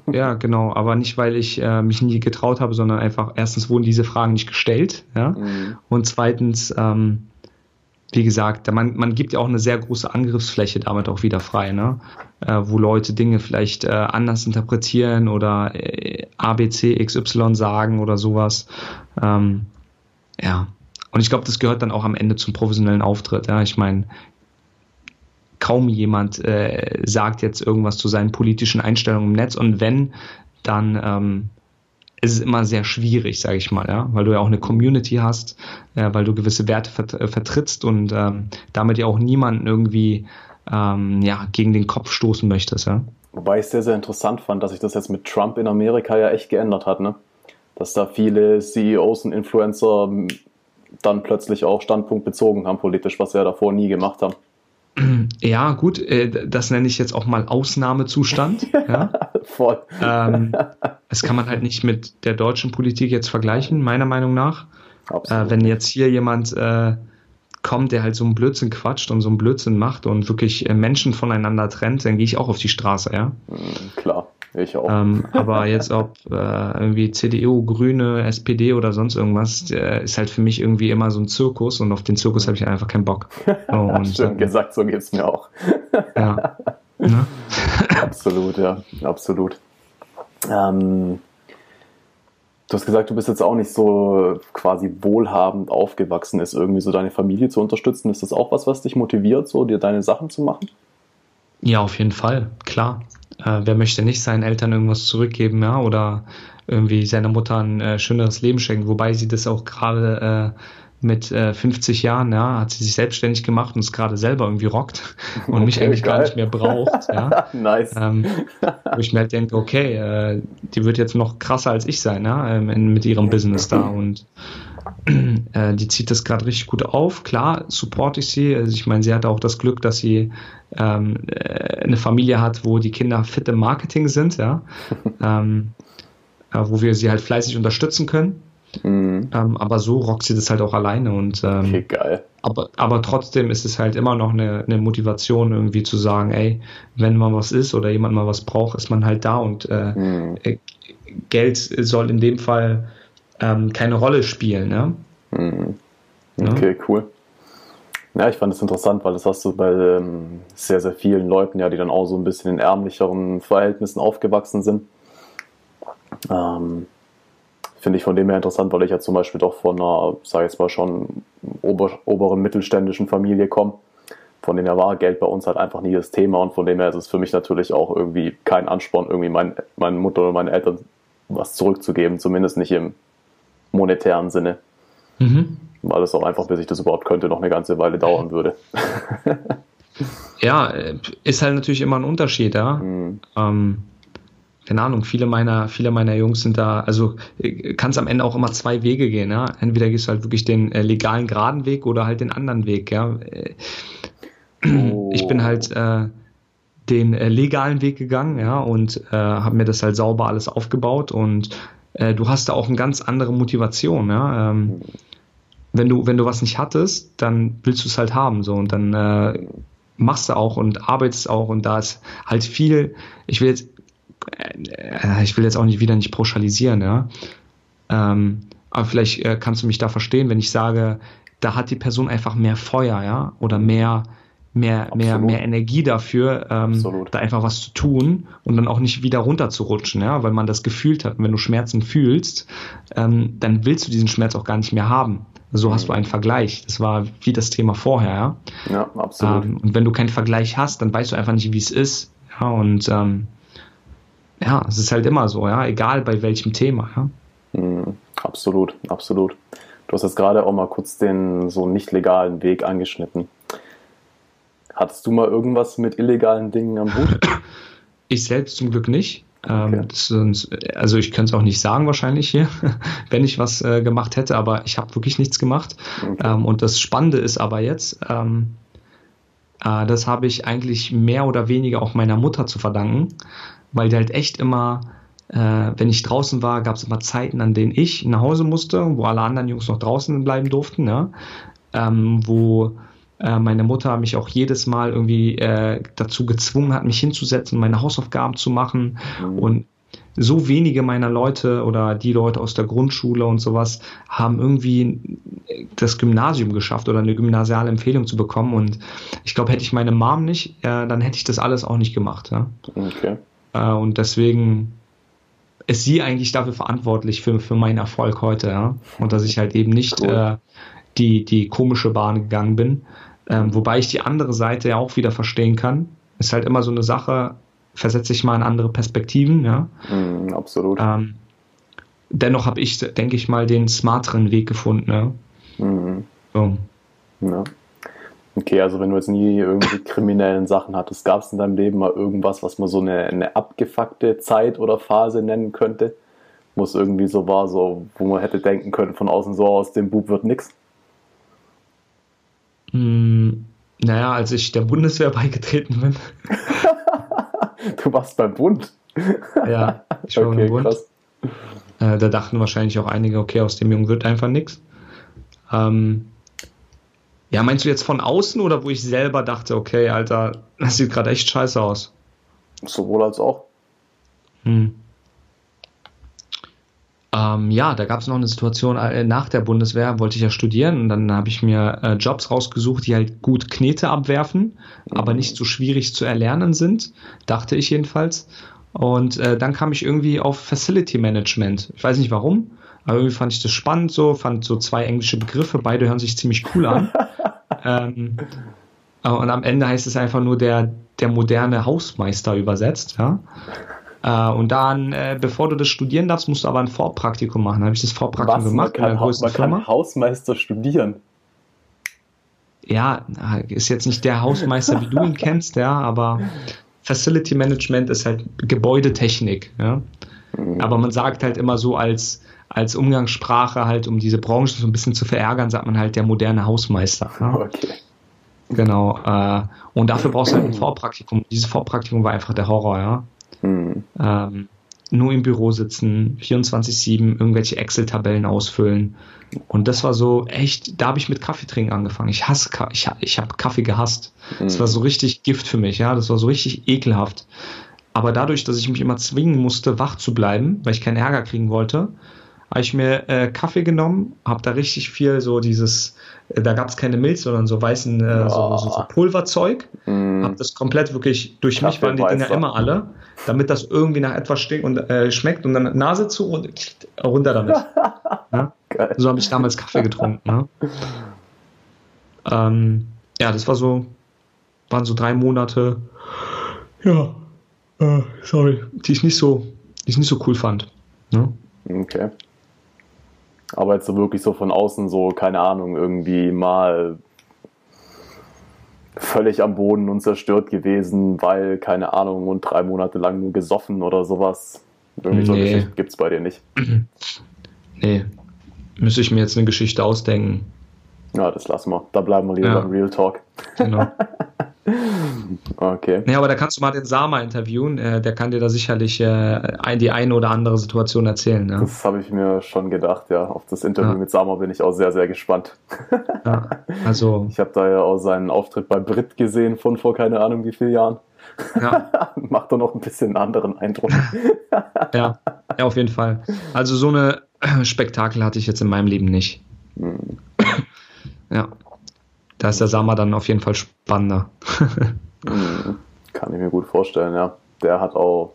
ich mich nie getraut habe, sondern einfach, erstens wurden diese Fragen nicht gestellt, ja. Und zweitens, wie gesagt, man gibt ja auch eine sehr große Angriffsfläche damit auch wieder frei, ne? Wo Leute Dinge vielleicht anders interpretieren oder A, B, C, X, Y sagen oder sowas. Und ich glaube, das gehört dann auch am Ende zum professionellen Auftritt. Ja? Ich meine, kaum jemand sagt jetzt irgendwas zu seinen politischen Einstellungen im Netz und wenn, dann ist es immer sehr schwierig, sage ich mal, ja, weil du ja auch eine Community hast, weil du gewisse Werte vertrittst und damit ja auch niemanden irgendwie gegen den Kopf stoßen möchtest, ja. Wobei ich sehr, sehr interessant fand, dass sich das jetzt mit Trump in Amerika ja echt geändert hat, ne? Dass da viele CEOs und Influencer dann plötzlich auch Standpunkt bezogen haben politisch, was sie ja davor nie gemacht haben. Ja, gut, das nenne ich jetzt auch mal Ausnahmezustand. Ja. Voll. Das kann man halt nicht mit der deutschen Politik jetzt vergleichen, meiner Meinung nach. Wenn jetzt hier jemand kommt, der halt so einen Blödsinn quatscht und so einen Blödsinn macht und wirklich Menschen voneinander trennt, dann gehe ich auch auf die Straße, ja. Klar. Ich auch. Aber jetzt ob irgendwie CDU, Grüne, SPD oder sonst irgendwas, ist halt für mich irgendwie immer so ein Zirkus und auf den Zirkus habe ich einfach keinen Bock. Und, schön gesagt, so geht's mir auch. Ja. Ne? Absolut, ja, absolut. Du hast gesagt, du bist jetzt auch nicht so quasi wohlhabend aufgewachsen. Ist irgendwie so deine Familie zu unterstützen? Ist das auch was dich motiviert, so dir deine Sachen zu machen? Ja, auf jeden Fall, klar. Wer möchte nicht seinen Eltern irgendwas zurückgeben, ja, oder irgendwie seiner Mutter ein schöneres Leben schenken, wobei sie das auch gerade mit 50 Jahren, ja, hat sie sich selbstständig gemacht und es gerade selber irgendwie rockt und mich eigentlich gar nicht mehr braucht, ja. Nice. Wo ich mir halt denke, okay, die wird jetzt noch krasser als ich sein, ja, mit ihrem Business da und die zieht das gerade richtig gut auf. Klar, supporte ich sie. Also ich meine, sie hat auch das Glück, dass sie eine Familie hat, wo die Kinder fit im Marketing sind, ja, wo wir sie halt fleißig unterstützen können. Aber so rockt sie das halt auch alleine und okay, geil. Aber trotzdem ist es halt immer noch eine Motivation irgendwie zu sagen, ey, wenn mal was ist oder jemand mal was braucht, ist man halt da und Geld soll in dem Fall keine Rolle spielen, ne? Okay, cool. Ja, ich fand das interessant, weil das hast du bei sehr, sehr vielen Leuten, ja, die dann auch so ein bisschen in ärmlicheren Verhältnissen aufgewachsen sind. Finde ich von dem her interessant, weil ich ja zum Beispiel doch von einer, sag ich jetzt mal schon, oberen mittelständischen Familie komme. Von dem her war Geld bei uns halt einfach nie das Thema und von dem her ist es für mich natürlich auch irgendwie kein Ansporn, irgendwie meine Mutter oder meine Eltern was zurückzugeben, zumindest nicht im monetären Sinne. Weil es auch einfach, bis ich das überhaupt könnte, noch eine ganze Weile dauern würde. Ja, ist halt natürlich immer ein Unterschied, ja. Keine Ahnung, viele meiner Jungs sind da, also kannst am Ende auch immer zwei Wege gehen, ja. Entweder gehst du halt wirklich den legalen, geraden Weg oder halt den anderen Weg, ja. Ich bin halt den legalen Weg gegangen, ja, und habe mir das halt sauber alles aufgebaut und du hast da auch eine ganz andere Motivation, ja. Wenn du was nicht hattest, dann willst du es halt haben, so, und dann machst du auch und arbeitest auch und da ist halt viel, ich will jetzt auch nicht pauschalisieren, ja. Aber vielleicht kannst du mich da verstehen, wenn ich sage, da hat die Person einfach mehr Feuer, ja, oder mehr Energie dafür, da einfach was zu tun und dann auch nicht wieder runterzurutschen, ja, weil man das gefühlt hat. Und wenn du Schmerzen fühlst, dann willst du diesen Schmerz auch gar nicht mehr haben. So hast du einen Vergleich. Das war wie das Thema vorher, ja. Ja, absolut. Und wenn du keinen Vergleich hast, dann weißt du einfach nicht, wie es ist. Ja, und ja, es ist halt immer so, ja, egal bei welchem Thema, ja. Absolut, absolut. Du hast jetzt gerade auch mal kurz den so nicht legalen Weg angeschnitten. Hattest du mal irgendwas mit illegalen Dingen am Hut? Ich selbst zum Glück nicht. Okay. Also ich könnte es auch nicht sagen wahrscheinlich hier, wenn ich was gemacht hätte, aber ich habe wirklich nichts gemacht. Okay. Und das Spannende ist aber jetzt, das habe ich eigentlich mehr oder weniger auch meiner Mutter zu verdanken, weil die halt echt immer, wenn ich draußen war, gab es immer Zeiten, an denen ich nach Hause musste, wo alle anderen Jungs noch draußen bleiben durften, ne? Wo meine Mutter mich auch jedes Mal irgendwie dazu gezwungen hat, mich hinzusetzen, meine Hausaufgaben zu machen. Und so wenige meiner Leute oder die Leute aus der Grundschule und sowas haben irgendwie das Gymnasium geschafft oder eine gymnasiale Empfehlung zu bekommen. Und ich glaube, hätte ich meine Mom nicht, dann hätte ich das alles auch nicht gemacht. Ja? Okay. Und deswegen ist sie eigentlich dafür verantwortlich für meinen Erfolg heute. Ja? Und dass ich halt eben nicht die komische Bahn gegangen bin. Wobei ich die andere Seite ja auch wieder verstehen kann. Ist halt immer so eine Sache, versetze ich mal in andere Perspektiven. Ja? Absolut. Dennoch habe ich, denke ich mal, den smarteren Weg gefunden. Ja? So. Ja. Okay, also wenn du jetzt nie irgendwie kriminellen Sachen hattest, gab es in deinem Leben mal irgendwas, was man so eine abgefuckte Zeit oder Phase nennen könnte? Wo es irgendwie so war, so, wo man hätte denken können, von außen so, aus dem Bub wird nix? Naja, als ich der Bundeswehr beigetreten bin. Du warst beim Bund? Ja, ich war beim Bund. Krass. Da dachten wahrscheinlich auch einige, okay, aus dem Jungen wird einfach nichts. Ja, meinst du jetzt von außen oder wo ich selber dachte, okay, Alter, das sieht gerade echt scheiße aus? Sowohl als auch. Ja, da gab es noch eine Situation nach der Bundeswehr, wollte ich ja studieren und dann habe ich mir Jobs rausgesucht, die halt gut Knete abwerfen, aber nicht so schwierig zu erlernen sind, dachte ich jedenfalls. Und dann kam ich irgendwie auf Facility Management. Ich weiß nicht warum, aber irgendwie fand ich das spannend fand so 2 englische Begriffe, beide hören sich ziemlich cool an. Und am Ende heißt es einfach nur der moderne Hausmeister übersetzt, ja. Und dann, bevor du das studieren darfst, musst du aber ein Vorpraktikum machen. Da habe ich das Vorpraktikum gemacht. Man kann Hausmeister studieren. Ja, ist jetzt nicht der Hausmeister, wie du ihn kennst, ja, aber Facility Management ist halt Gebäudetechnik, ja. Aber man sagt halt immer so als Umgangssprache halt, um diese Branche so ein bisschen zu verärgern, sagt man halt der moderne Hausmeister. Ja? Okay. Genau. Und dafür brauchst du halt ein Vorpraktikum. Dieses Vorpraktikum war einfach der Horror, ja. Nur im Büro sitzen, 24/7 irgendwelche Excel-Tabellen ausfüllen. Und das war so echt, da habe ich mit Kaffee trinken angefangen. Ich habe Kaffee gehasst. Das war so richtig Gift für mich, ja. Das war so richtig ekelhaft. Aber dadurch, dass ich mich immer zwingen musste, wach zu bleiben, weil ich keinen Ärger kriegen wollte, habe ich mir Kaffee genommen, habe da richtig viel so da gab es keine Milch, sondern so weißen so Pulverzeug, habe das komplett wirklich, durch mich waren die Dinger immer alle, damit das irgendwie nach etwas schmeckt und dann Nase zu und runter damit. Ja? So habe ich damals Kaffee getrunken. Ne? Ja, das waren so 3 Monate, ja, die ich nicht so cool fand. Ne? Okay. Aber jetzt so wirklich so von außen so, keine Ahnung, irgendwie mal völlig am Boden und zerstört gewesen, weil, keine Ahnung, und 3 Monate lang nur gesoffen oder sowas. Irgendwie so eine Geschichte gibt's bei dir nicht. Nee. Müsste ich mir jetzt eine Geschichte ausdenken. Ja, das lassen wir. Da bleiben wir lieber beim Real Talk. Genau. Okay. Ja, aber da kannst du mal den Sama interviewen. Der kann dir da sicherlich die eine oder andere Situation erzählen. Ja? Das habe ich mir schon gedacht, ja. Auf das Interview mit Sama bin ich auch sehr, sehr gespannt. Ja, also ich habe da ja auch seinen Auftritt bei Brit gesehen von vor keine Ahnung wie vielen Jahren. Ja. Macht doch noch ein bisschen einen anderen Eindruck. Ja, auf jeden Fall. Also so eine Spektakel hatte ich jetzt in meinem Leben nicht. Ja. Da ist der Sama dann auf jeden Fall spannender. Kann ich mir gut vorstellen, ja. Der hat auch,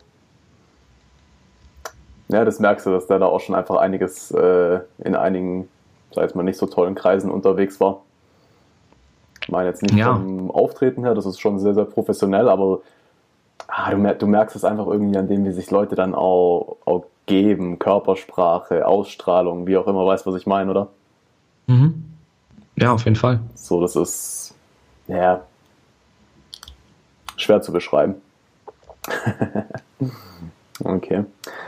ja, das merkst du, dass der da auch schon einfach einiges in einigen, sag ich mal, nicht so tollen Kreisen unterwegs war. Ich meine jetzt nicht vom Auftreten her, das ist schon sehr, sehr professionell, aber du merkst es einfach irgendwie an dem, wie sich Leute dann auch geben, Körpersprache, Ausstrahlung, wie auch immer, weißt du, was ich meine, oder? Mhm. Ja, auf jeden Fall. So, das ist, ja, schwer zu beschreiben. Okay.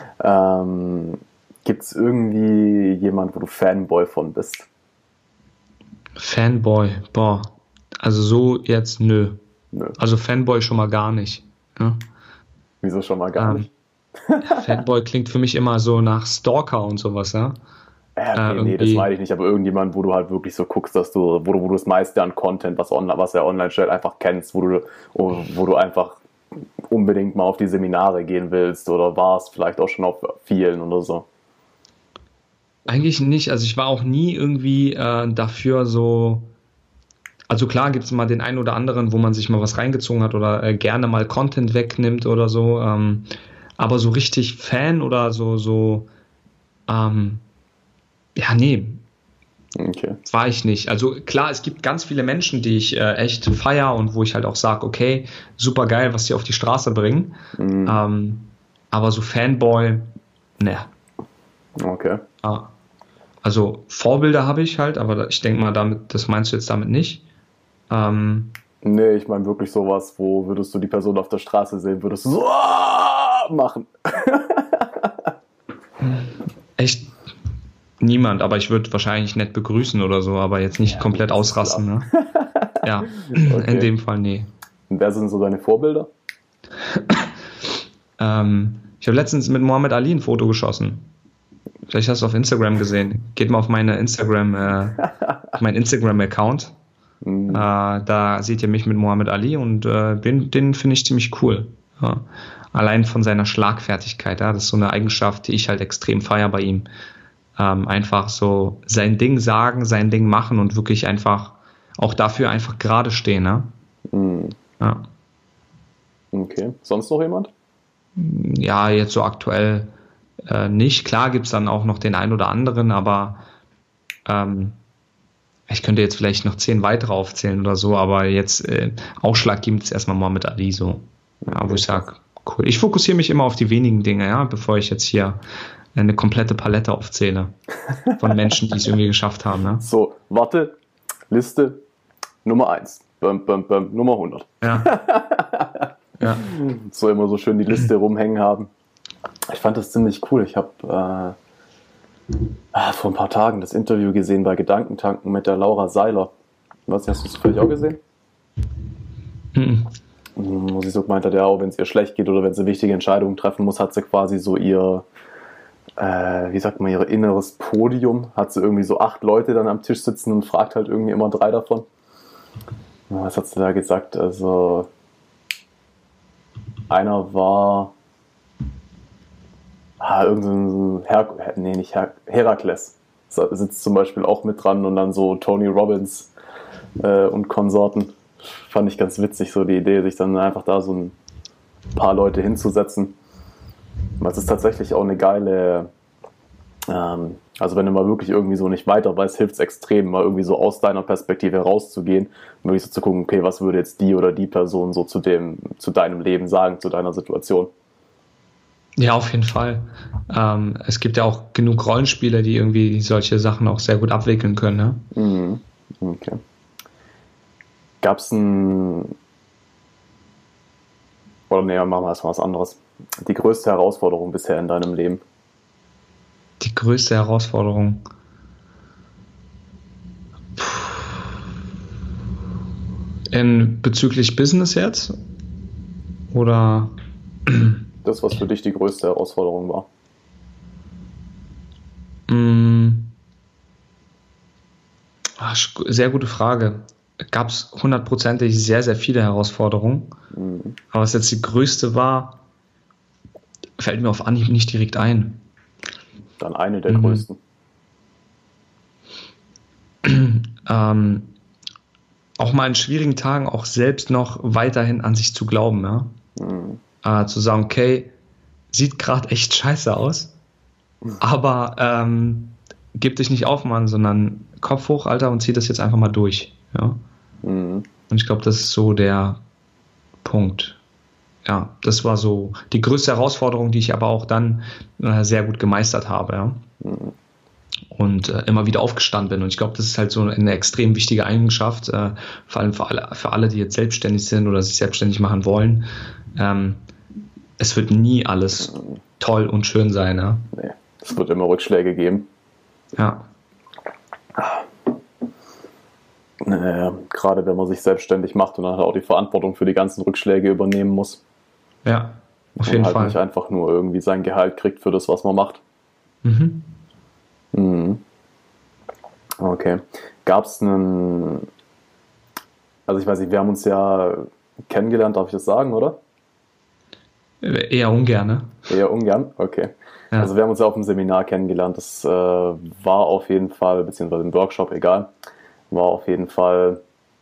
Gibt es irgendwie jemand, wo du Fanboy von bist? Fanboy, boah. Also so jetzt, nö. Also Fanboy schon mal gar nicht. Ja. Wieso schon mal gar nicht? Fanboy klingt für mich immer so nach Stalker und sowas, ja. Nee, das meine ich nicht, aber irgendjemand, wo du halt wirklich so guckst, dass wo du das meiste an Content, was er online stellt, einfach kennst, wo du einfach unbedingt mal auf die Seminare gehen willst oder warst vielleicht auch schon auf vielen oder so. Eigentlich nicht, also ich war auch nie irgendwie dafür so, also klar gibt es mal den einen oder anderen, wo man sich mal was reingezogen hat oder gerne mal Content wegnimmt oder so, aber so richtig Fan oder so ja, nee. Okay. War ich nicht. Also klar, es gibt ganz viele Menschen, die ich echt feiere und wo ich halt auch sage, okay, super geil, was die auf die Straße bringen. Aber so Fanboy, ne. Okay. Also Vorbilder habe ich halt, aber ich denke mal, das meinst du jetzt damit nicht. Nee, ich meine wirklich sowas, wo würdest du die Person auf der Straße sehen, würdest du so machen. Echt? Niemand, aber ich würde wahrscheinlich nett begrüßen oder so, aber jetzt nicht komplett ausrasten. Ne? Ja, okay. In dem Fall nee. Und wer sind so deine Vorbilder? Ich habe letztens mit Muhammad Ali ein Foto geschossen. Vielleicht hast du auf Instagram gesehen. Geht mal auf meinen Instagram-Account. Da seht ihr mich mit Muhammad Ali und den finde ich ziemlich cool. Ja. allein von seiner Schlagfertigkeit. Ja? Das ist so eine Eigenschaft, die ich halt extrem feiere bei ihm. Einfach so sein Ding sagen, sein Ding machen und wirklich einfach auch dafür einfach gerade stehen. Ne? Ja. Okay. Sonst noch jemand? Ja, jetzt so aktuell nicht. Klar gibt es dann auch noch den einen oder anderen, aber ich könnte jetzt vielleicht noch 10 weitere aufzählen oder so, aber jetzt ausschlaggebend ist erstmal Mohamed Ali so. Ja, wo ich sage, cool. Ich fokussiere mich immer auf die wenigen Dinge, ja, bevor ich jetzt hier eine komplette Palette aufzähle von Menschen, die es irgendwie geschafft haben. Ne? So, warte, Liste Nummer 1, Nummer 100. Ja. Ja. So immer so schön die Liste rumhängen haben. Ich fand das ziemlich cool. Ich habe vor ein paar Tagen das Interview gesehen bei Gedankentanken mit der Laura Seiler. Was, hast du das vielleicht auch gesehen? Wo sie so gemeint hat, ja, wenn es ihr schlecht geht oder wenn sie wichtige Entscheidungen treffen muss, hat sie quasi so ihr inneres Podium, hat sie irgendwie so 8 Leute dann am Tisch sitzen und fragt halt irgendwie immer 3 davon. Was hat sie da gesagt? Also einer war Herakles sitzt zum Beispiel auch mit dran und dann so Tony Robbins und Konsorten. Fand ich ganz witzig, so die Idee, sich dann einfach da so ein paar Leute hinzusetzen. Es ist tatsächlich auch eine geile, also wenn du mal wirklich irgendwie so nicht weiter weißt, hilft es extrem, mal irgendwie so aus deiner Perspektive rauszugehen und wirklich so zu gucken, okay, was würde jetzt die oder die Person so zu deinem Leben sagen, zu deiner Situation. Ja, auf jeden Fall. Es gibt ja auch genug Rollenspieler, die irgendwie solche Sachen auch sehr gut abwickeln können. Ne? Mhm. Okay. Machen wir erstmal was anderes. Die größte Herausforderung bisher in deinem Leben? Die größte Herausforderung? Bezüglich Business jetzt? Oder? Das, was für dich die größte Herausforderung war? Sehr gute Frage. Gab es 100%ig sehr, sehr viele Herausforderungen. Aber was jetzt die größte war, fällt mir auf Anhieb nicht direkt ein. Dann eine der größten. Auch mal in schwierigen Tagen auch selbst noch weiterhin an sich zu glauben. Ja? Zu sagen, okay, sieht gerade echt scheiße aus, aber gib dich nicht auf, Mann, sondern Kopf hoch, Alter, und zieh das jetzt einfach mal durch. Ja? Und ich glaube, das ist so der Punkt. Ja, das war so die größte Herausforderung, die ich aber auch dann sehr gut gemeistert habe. Ja? Und immer wieder aufgestanden bin. Und ich glaube, das ist halt so eine extrem wichtige Eigenschaft, vor allem für alle, die jetzt selbstständig sind oder sich selbstständig machen wollen. Es wird nie alles toll und schön sein. Ja? Nee, es wird immer Rückschläge geben. Ja. Gerade wenn man sich selbstständig macht und dann auch die Verantwortung für die ganzen Rückschläge übernehmen muss. Ja, auf jeden Fall. Und nicht einfach nur irgendwie sein Gehalt kriegt für das, was man macht. Okay. Gab es einen, also ich weiß nicht, wir haben uns ja kennengelernt, darf ich das sagen, oder? Eher ungern, ne? Eher ungern, okay. Ja. Also wir haben uns ja auf dem Seminar kennengelernt, das war auf jeden Fall, beziehungsweise im Workshop, egal, war auf jeden Fall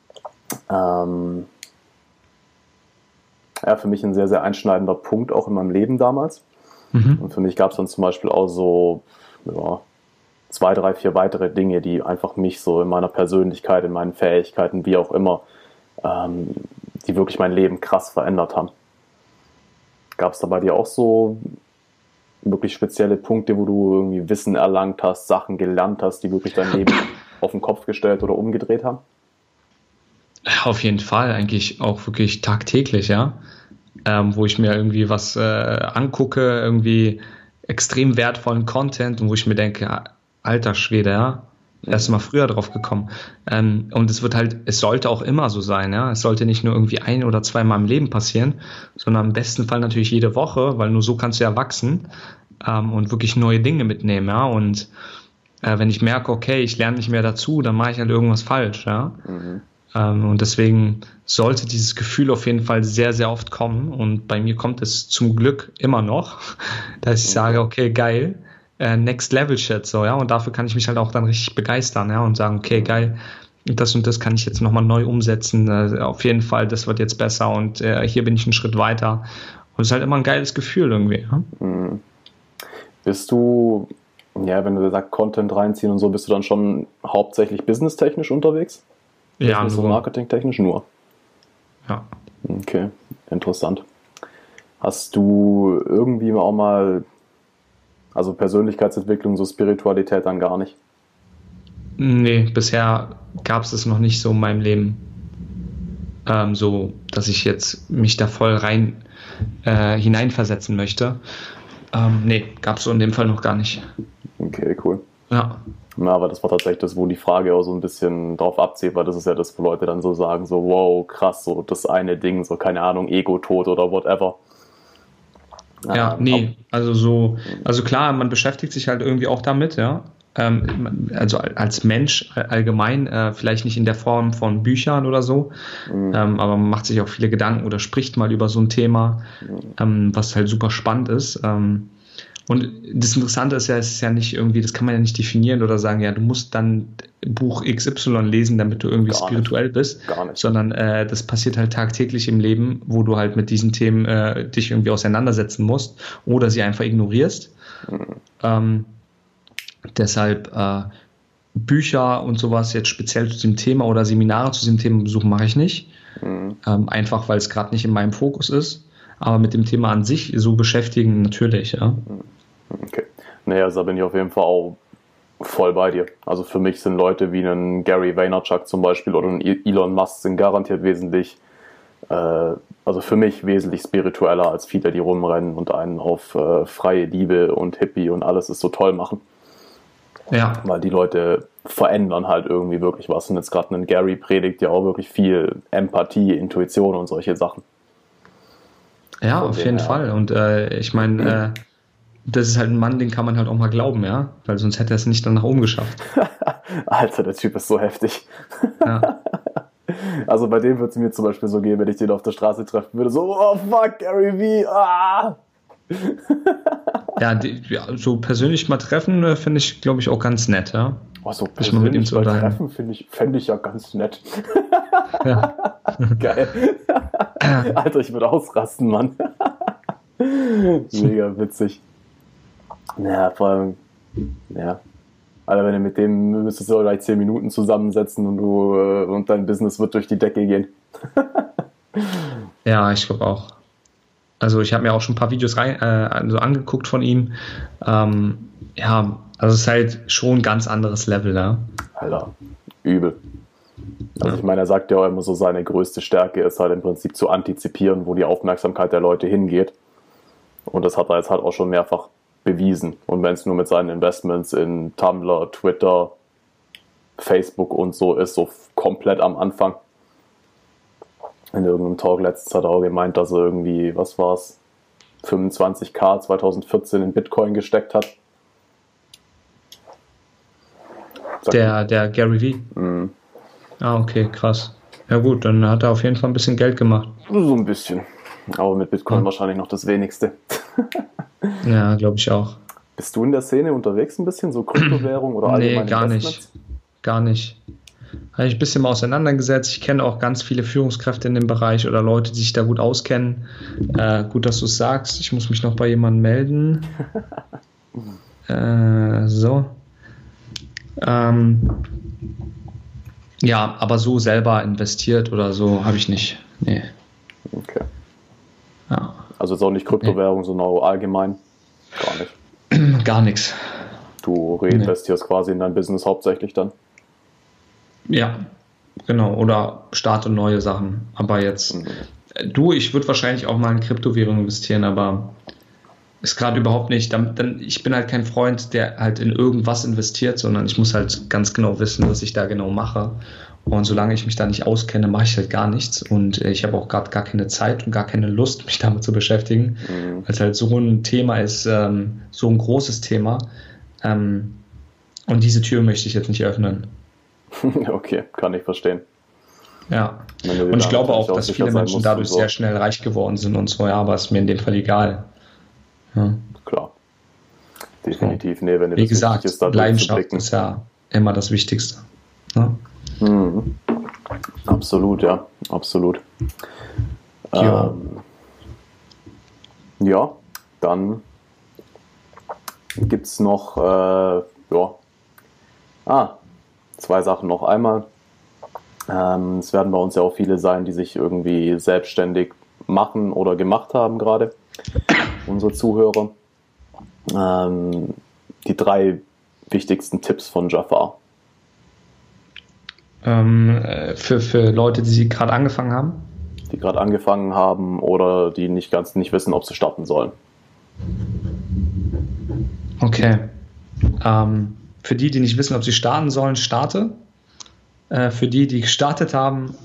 für mich ein sehr, sehr einschneidender Punkt auch in meinem Leben damals. Und für mich gab es dann zum Beispiel auch so 2, 3, 4 weitere Dinge, die einfach mich so in meiner Persönlichkeit, in meinen Fähigkeiten, wie auch immer, die wirklich mein Leben krass verändert haben. Gab es da bei dir auch so wirklich spezielle Punkte, wo du irgendwie Wissen erlangt hast, Sachen gelernt hast, die wirklich dein Leben auf den Kopf gestellt oder umgedreht haben? Auf jeden Fall, eigentlich auch wirklich tagtäglich, ja. Wo ich mir irgendwie was angucke, irgendwie extrem wertvollen Content und wo ich mir denke, alter Schwede, ja, erst mal früher drauf gekommen. Und es sollte auch immer so sein, ja. Es sollte nicht nur irgendwie 1 oder 2 Mal im Leben passieren, sondern im besten Fall natürlich jede Woche, weil nur so kannst du ja wachsen und wirklich neue Dinge mitnehmen, ja. Und wenn ich merke, okay, ich lerne nicht mehr dazu, dann mache ich halt irgendwas falsch, ja. Und deswegen sollte dieses Gefühl auf jeden Fall sehr, sehr oft kommen. Und bei mir kommt es zum Glück immer noch, dass ich sage, okay, geil, Next Level Shit, so, ja. Und dafür kann ich mich halt auch dann richtig begeistern, ja, und sagen, okay, geil, das und das kann ich jetzt nochmal neu umsetzen. Auf jeden Fall, das wird jetzt besser und hier bin ich einen Schritt weiter. Und es ist halt immer ein geiles Gefühl irgendwie. Ja? Bist du, ja, wenn du sagst, Content reinziehen und so, bist du dann schon hauptsächlich businesstechnisch unterwegs? Ja, Business- und marketingtechnisch nur? Ja. Okay, interessant. Hast du irgendwie auch mal, also Persönlichkeitsentwicklung, so Spiritualität dann gar nicht? Nee, bisher gab es das noch nicht so in meinem Leben. So, dass ich jetzt mich da voll hineinversetzen möchte. Nee, gab es so in dem Fall noch gar nicht. Okay, cool. Ja. Na, aber das war tatsächlich das, wo die Frage auch so ein bisschen drauf abzielt, weil das ist ja das, wo Leute dann so sagen, so wow, krass, so das eine Ding, so keine Ahnung, Ego-Tod oder whatever. Ja, nee, also klar, man beschäftigt sich halt irgendwie auch damit, ja. Also als Mensch allgemein, vielleicht nicht in der Form von Büchern oder so, aber man macht sich auch viele Gedanken oder spricht mal über so ein Thema, was halt super spannend ist. Und das Interessante ist ja, es ist ja nicht irgendwie, das kann man ja nicht definieren oder sagen, ja, du musst dann Buch XY lesen, damit du irgendwie spirituell bist, Gar nicht. sondern das passiert halt tagtäglich im Leben, wo du halt mit diesen Themen dich irgendwie auseinandersetzen musst oder sie einfach ignorierst. Deshalb Bücher und sowas jetzt speziell zu dem Thema oder Seminare zu diesem Thema besuchen mache ich nicht. Einfach, weil es gerade nicht in meinem Fokus ist. Aber mit dem Thema an sich so beschäftigen natürlich, ja. Okay. Naja, also da bin ich auf jeden Fall auch voll bei dir. Also für mich sind Leute wie ein Gary Vaynerchuk zum Beispiel oder ein Elon Musk sind garantiert wesentlich, also für mich wesentlich spiritueller als viele, die rumrennen und einen auf freie Liebe und Hippie und alles ist so toll machen. Ja. Weil die Leute verändern halt irgendwie wirklich was. Und jetzt gerade ein Gary predigt ja auch wirklich viel Empathie, Intuition und solche Sachen. Ja, auf jeden Fall. Und ich meine, das ist halt ein Mann, den kann man halt auch mal glauben, ja, weil sonst hätte er es nicht dann nach oben geschafft. Alter, der Typ ist so heftig. Ja. Also bei dem würde es mir zum Beispiel so gehen, wenn ich den auf der Straße treffen würde, so, oh fuck, Gary V, ah! Ja, so persönlich mal treffen, finde ich, glaube ich, auch ganz nett, ja. Oh, so mal mit ihm zu persönlich mal treffen fände ich ja ganz nett. Ja. Geil. Alter, ich würde ausrasten, Mann. Mega witzig. Ja, vor allem, ja. Alter, wenn du mit dem müsstest du gleich 10 Minuten zusammensetzen und dein Business wird durch die Decke gehen. Ja, ich glaube auch. Also ich habe mir auch schon ein paar Videos angeguckt von ihm. Ja, also es ist halt schon ein ganz anderes Level, ja. Alter, übel. Also ich meine, er sagt ja auch immer so, seine größte Stärke ist halt im Prinzip zu antizipieren, wo die Aufmerksamkeit der Leute hingeht. Und das hat er jetzt halt auch schon mehrfach bewiesen. Und wenn es nur mit seinen Investments in Tumblr, Twitter, Facebook und so ist, so komplett am Anfang. In irgendeinem Talk letztens hat er auch gemeint, dass er irgendwie, was war's, 25.000 2014 in Bitcoin gesteckt hat. Der Gary V? Mhm. Ah, okay, krass. Ja gut, dann hat er auf jeden Fall ein bisschen Geld gemacht. So ein bisschen. Aber mit Bitcoin wahrscheinlich noch das wenigste. Ja, glaube ich auch. Bist du in der Szene unterwegs ein bisschen, so Kryptowährung oder allgemeine Nee, gar Investments? nicht. Gar nicht. Habe ich ein bisschen mal auseinandergesetzt. Ich kenne auch ganz viele Führungskräfte in dem Bereich oder Leute, die sich da gut auskennen. Gut, dass du es sagst. Ich muss mich noch bei jemandem melden. So. Ja, aber so selber investiert oder so habe ich nicht. Nee. Okay. Ja. Also ist auch nicht Kryptowährung, sondern auch allgemein? Gar nicht. Gar nichts. Du reinvestierst quasi in dein Business hauptsächlich dann? Ja, genau. Oder starte neue Sachen. Aber jetzt, ich würde wahrscheinlich auch mal in Kryptowährung investieren, aber ist gerade überhaupt nicht. Ich bin halt kein Freund, der halt in irgendwas investiert, sondern ich muss halt ganz genau wissen, was ich da genau mache. Und solange ich mich da nicht auskenne, mache ich halt gar nichts. Und ich habe auch gerade gar keine Zeit und gar keine Lust, mich damit zu beschäftigen, weil es halt so ein Thema ist, so ein großes Thema. Und diese Tür möchte ich jetzt nicht öffnen. Okay, kann ich verstehen. Ja. Und ich glaube auch, dass viele Menschen dadurch sehr schnell reich geworden sind und so, ja, aber ist mir in dem Fall egal. Ja. Klar. Definitiv. Nee, wenn wie gesagt, ist, Leidenschaft ist ja immer das Wichtigste. Ja? Absolut, ja. Absolut. Ja, dann gibt es noch zwei Sachen noch. Einmal, es werden bei uns ja auch viele sein, die sich irgendwie selbstständig machen oder gemacht haben gerade, unsere Zuhörer. Die 3 wichtigsten Tipps von Jafar. Für Leute, die sie gerade angefangen haben? Die gerade angefangen haben oder die nicht wissen, ob sie starten sollen. Okay. Für die nicht wissen, ob sie starten sollen, starte. Für die gestartet haben,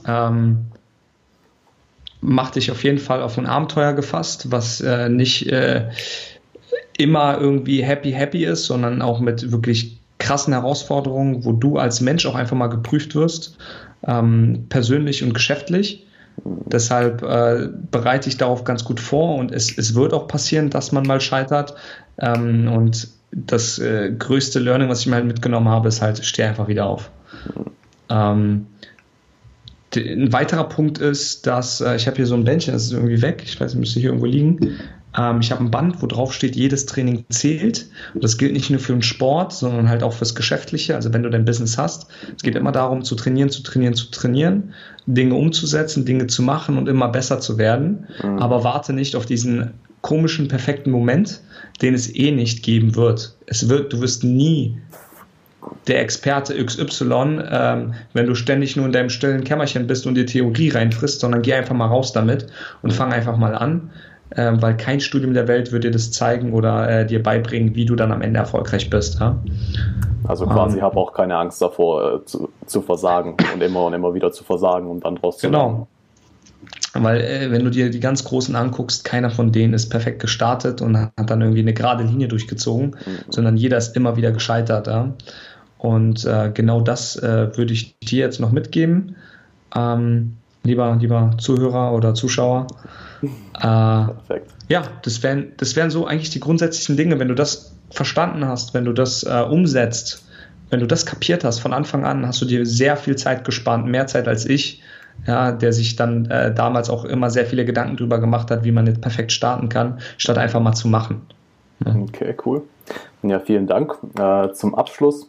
mach dich auf jeden Fall auf ein Abenteuer gefasst, was nicht immer irgendwie happy ist, sondern auch mit wirklich krassen Herausforderungen, wo du als Mensch auch einfach mal geprüft wirst, persönlich und geschäftlich. Deshalb bereite ich darauf ganz gut vor und es wird auch passieren, dass man mal scheitert. Und das größte Learning, was ich mir halt mitgenommen habe, ist halt, steh einfach wieder auf. Ein weiterer Punkt ist, dass ich habe hier so ein Bändchen, das ist irgendwie weg, ich weiß, es müsste hier irgendwo liegen. Ich habe ein Band, wo drauf steht, jedes Training zählt. Und das gilt nicht nur für den Sport, sondern halt auch fürs Geschäftliche. Also wenn du dein Business hast, es geht immer darum, zu trainieren, Dinge umzusetzen, Dinge zu machen und immer besser zu werden. Aber warte nicht auf diesen komischen, perfekten Moment, den es eh nicht geben wird. Du wirst nie der Experte XY, wenn du ständig nur in deinem stillen Kämmerchen bist und dir Theorie reinfrisst, sondern geh einfach mal raus damit und fang einfach mal an. Weil kein Studium der Welt wird dir das zeigen oder dir beibringen, wie du dann am Ende erfolgreich bist. Ja? Also quasi habe auch keine Angst davor, zu versagen und immer wieder zu versagen, um dann draus zu lernen. Genau. Weil wenn du dir die ganz Großen anguckst, keiner von denen ist perfekt gestartet und hat dann irgendwie eine gerade Linie durchgezogen, sondern jeder ist immer wieder gescheitert. Ja? Und genau das würde ich dir jetzt noch mitgeben, lieber Zuhörer oder Zuschauer. Perfekt. Ja, das wären so eigentlich die grundsätzlichen Dinge. Wenn du das verstanden hast, wenn du das umsetzt, wenn du das kapiert hast von Anfang an, hast du dir sehr viel Zeit gespart, mehr Zeit als ich, ja, der sich dann damals auch immer sehr viele Gedanken drüber gemacht hat, wie man jetzt perfekt starten kann, statt einfach mal zu machen. Ja. Okay, cool. Ja, vielen Dank. Zum Abschluss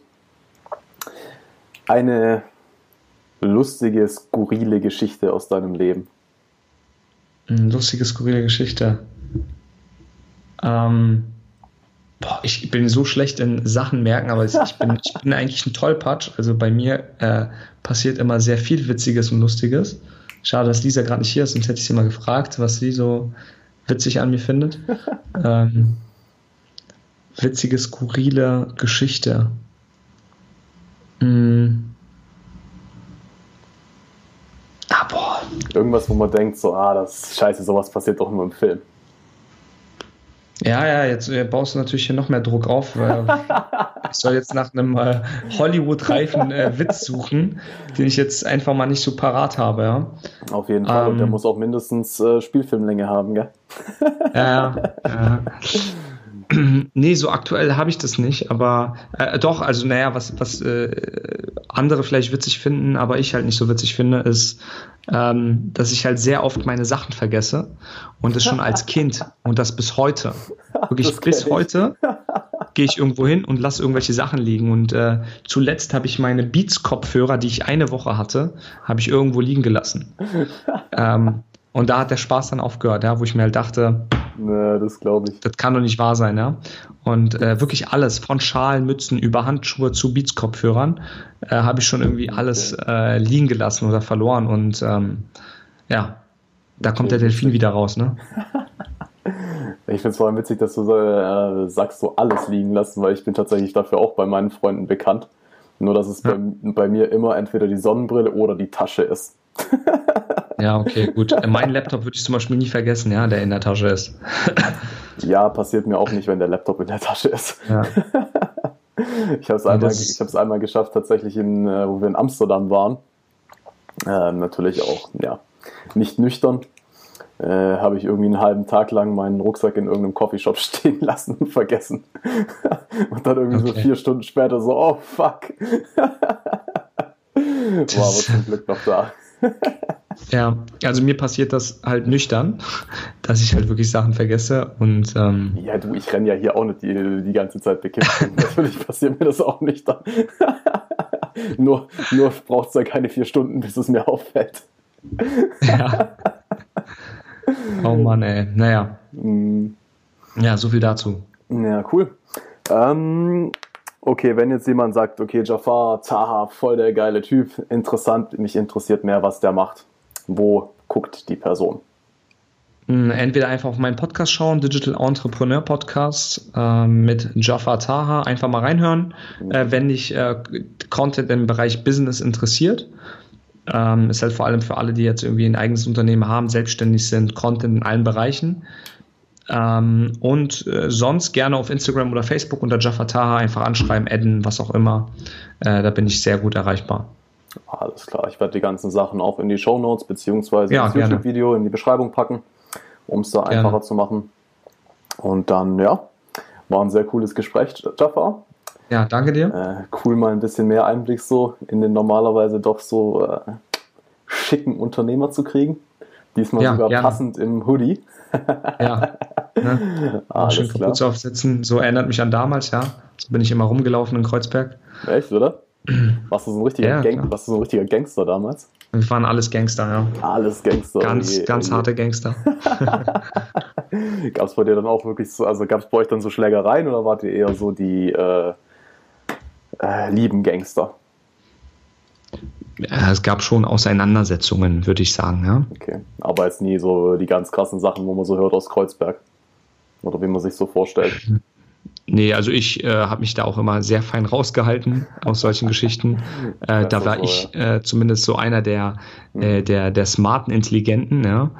eine lustige, skurrile Geschichte aus deinem Leben. Lustige, skurrile Geschichte. Ich bin so schlecht in Sachen merken, aber ich bin eigentlich ein Tollpatsch. Also bei mir passiert immer sehr viel Witziges und Lustiges. Schade, dass Lisa gerade nicht hier ist, sonst hätte ich sie mal gefragt, was sie so witzig an mir findet. Witzige, skurrile Geschichte. Irgendwas, wo man denkt, das Scheiße, sowas passiert doch nur im Film. Ja, jetzt baust du natürlich hier noch mehr Druck auf, weil ich soll jetzt nach einem Hollywood-reifen Witz suchen, den ich jetzt einfach mal nicht so parat habe. Ja? Auf jeden Fall, und der muss auch mindestens Spielfilmlänge haben, gell? Ja. Nee, so aktuell habe ich das nicht, aber doch, also was andere vielleicht witzig finden, aber ich halt nicht so witzig finde, ist, dass ich halt sehr oft meine Sachen vergesse und das schon als Kind und das bis heute. Wirklich bis heute gehe ich irgendwo hin und lasse irgendwelche Sachen liegen und zuletzt habe ich meine Beats-Kopfhörer, die ich eine Woche hatte, habe ich irgendwo liegen gelassen. Und da hat der Spaß dann aufgehört, ja, wo ich mir halt dachte, das glaube ich. Das kann doch nicht wahr sein, ja. Und wirklich alles, von Schalen, Mützen über Handschuhe zu Beats-Kopfhörern, habe ich schon irgendwie alles liegen gelassen oder verloren. Und da kommt der Delfin wieder raus, ne? Ich finde es vor allem witzig, dass du sagst, so alles liegen lassen, weil ich bin tatsächlich dafür auch bei meinen Freunden bekannt. Nur, dass es bei mir immer entweder die Sonnenbrille oder die Tasche ist. Ja, okay, gut. Mein Laptop würde ich zum Beispiel nie vergessen, ja, der in der Tasche ist. Ja, passiert mir auch nicht, wenn der Laptop in der Tasche ist. Ja. Ich habe es einmal geschafft, tatsächlich, wo wir in Amsterdam waren. Natürlich auch, ja, nicht nüchtern. Habe ich irgendwie einen halben Tag lang meinen Rucksack in irgendeinem Coffeeshop stehen lassen und vergessen. Und dann irgendwie so 4 Stunden später so, oh fuck. War aber zum Glück noch da. Ja, also mir passiert das halt nüchtern, dass ich halt wirklich Sachen vergesse und ja, du, ich renne ja hier auch nicht die ganze Zeit bekifft. Natürlich passiert mir das auch nüchtern. nur braucht es ja keine 4 Stunden, bis es mir auffällt. Ja. Oh Mann, ey. Naja. Ja, so viel dazu. Ja, cool. Okay, wenn jetzt jemand sagt, okay, Jafar Taha, voll der geile Typ, interessant, mich interessiert mehr, was der macht. Wo guckt die Person? Entweder einfach auf meinen Podcast schauen, Digital Entrepreneur Podcast mit Jafar Taha, einfach mal reinhören, wenn dich Content im Bereich Business interessiert. Ist halt vor allem für alle, die jetzt irgendwie ein eigenes Unternehmen haben, selbstständig sind, Content in allen Bereichen. Und sonst gerne auf Instagram oder Facebook unter Jafar Taha einfach anschreiben, adden, was auch immer. Da bin ich sehr gut erreichbar. Alles klar, ich werde die ganzen Sachen auch in die Shownotes beziehungsweise ins YouTube-Video in die Beschreibung packen, um es da einfacher zu machen. Und dann, ja, war ein sehr cooles Gespräch, Jafar. Ja, danke dir. Cool, mal ein bisschen mehr Einblick so in den normalerweise doch so schicken Unternehmer zu kriegen. Diesmal sogar passend im Hoodie. Ja. Ne? Schön Kapuze aufsetzen. So erinnert mich an damals, ja. So bin ich immer rumgelaufen in Kreuzberg. Echt, oder? Warst du so ein richtiger Gangster damals? Wir waren alles Gangster, ja. Alles Gangster. Ganz harte Gangster. Gab es bei dir dann auch wirklich so, also gab es bei euch dann so Schlägereien oder wart ihr eher so die lieben Gangster? Ja, es gab schon Auseinandersetzungen, würde ich sagen, ja. Okay, aber jetzt nie so die ganz krassen Sachen, wo man so hört aus Kreuzberg. Oder wie man sich so vorstellt. Nee, also ich habe mich da auch immer sehr fein rausgehalten aus solchen Geschichten. Da war ich zumindest so einer der smarten, intelligenten, ja.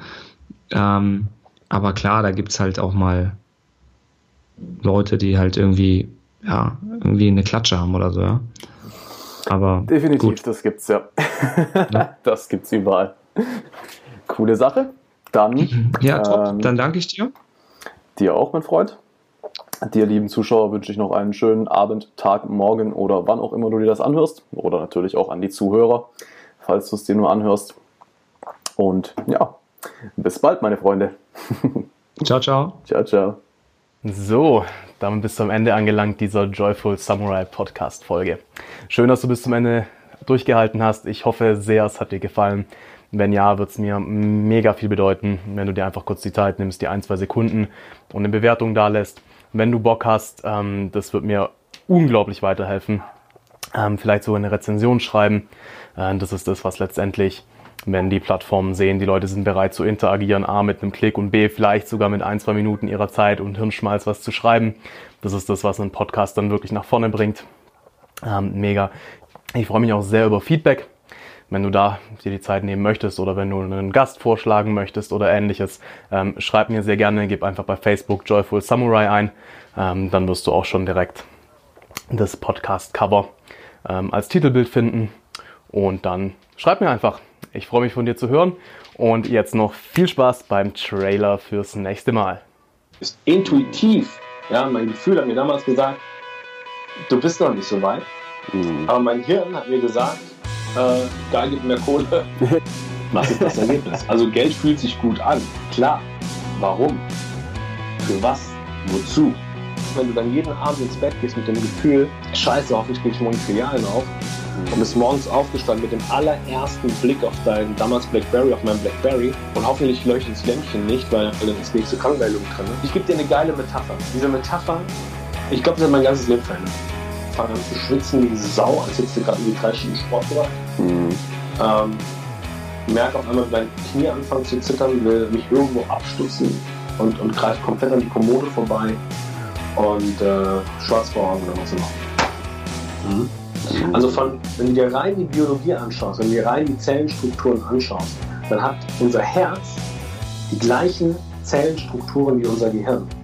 Aber klar, da gibt es halt auch mal Leute, die halt irgendwie eine Klatsche haben oder so, ja. Aber definitiv, gut. Das gibt's ja. Das gibt's überall. Coole Sache. Dann. Ja, top. Dann danke ich dir. Dir auch, mein Freund. Dir, lieben Zuschauer, wünsche ich noch einen schönen Abend, Tag, Morgen oder wann auch immer du dir das anhörst. Oder natürlich auch an die Zuhörer, falls du es dir nur anhörst. Und ja, bis bald, meine Freunde. Ciao, ciao. Ciao, ciao. So, damit bist du am Ende angelangt dieser Joyful Samurai Podcast Folge. Schön, dass du bis zum Ende durchgehalten hast. Ich hoffe sehr, es hat dir gefallen. Wenn ja, wird es mir mega viel bedeuten, wenn du dir einfach kurz die Zeit nimmst, die 1-2 Sekunden und eine Bewertung da lässt. Wenn du Bock hast, das wird mir unglaublich weiterhelfen. Vielleicht sogar eine Rezension schreiben. Das ist das, was letztendlich, wenn die Plattformen sehen, die Leute sind bereit zu interagieren, A, mit einem Klick und B, vielleicht sogar mit 1-2 Minuten ihrer Zeit und Hirnschmalz was zu schreiben. Das ist das, was einen Podcast dann wirklich nach vorne bringt. Mega. Ich freue mich auch sehr über Feedback. Wenn du da dir die Zeit nehmen möchtest oder wenn du einen Gast vorschlagen möchtest oder ähnliches, schreib mir sehr gerne, gib einfach bei Facebook Joyful Samurai ein. Dann wirst du auch schon direkt das Podcast-Cover als Titelbild finden. Und dann schreib mir einfach. Ich freue mich von dir zu hören. Und jetzt noch viel Spaß beim Trailer fürs nächste Mal. Ist intuitiv. Ja, mein Gefühl hat mir damals gesagt, du bist noch nicht so weit. Aber mein Hirn hat mir gesagt, geil, gib mehr Kohle. Was ist das Ergebnis? Also Geld fühlt sich gut an. Klar. Warum? Für was? Wozu? Wenn du dann jeden Abend ins Bett gehst mit dem Gefühl, scheiße, hoffentlich kriege ich morgen Filialen auf, und bist morgens aufgestanden mit dem allerersten Blick auf deinen damals Blackberry, auf meinen Blackberry, und hoffentlich leuchtet das Lämpchen nicht, weil dann ist nächste Krankenmeldung drin. Ich gebe dir eine geile Metapher. Diese Metapher, ich glaube, das hat mein ganzes Leben verändert. Ich fange an zu schwitzen wie Sau, als hättest du gerade irgendwie 3 Stunden Sport gemacht. Merke auf einmal, mein Knie anfangen zu zittern, will mich irgendwo abstützen und greift komplett an die Kommode vorbei und schwarz vor Augen oder was immer. Also wenn du dir rein die Biologie anschaust, wenn du dir rein die Zellenstrukturen anschaust, dann hat unser Herz die gleichen Zellenstrukturen wie unser Gehirn.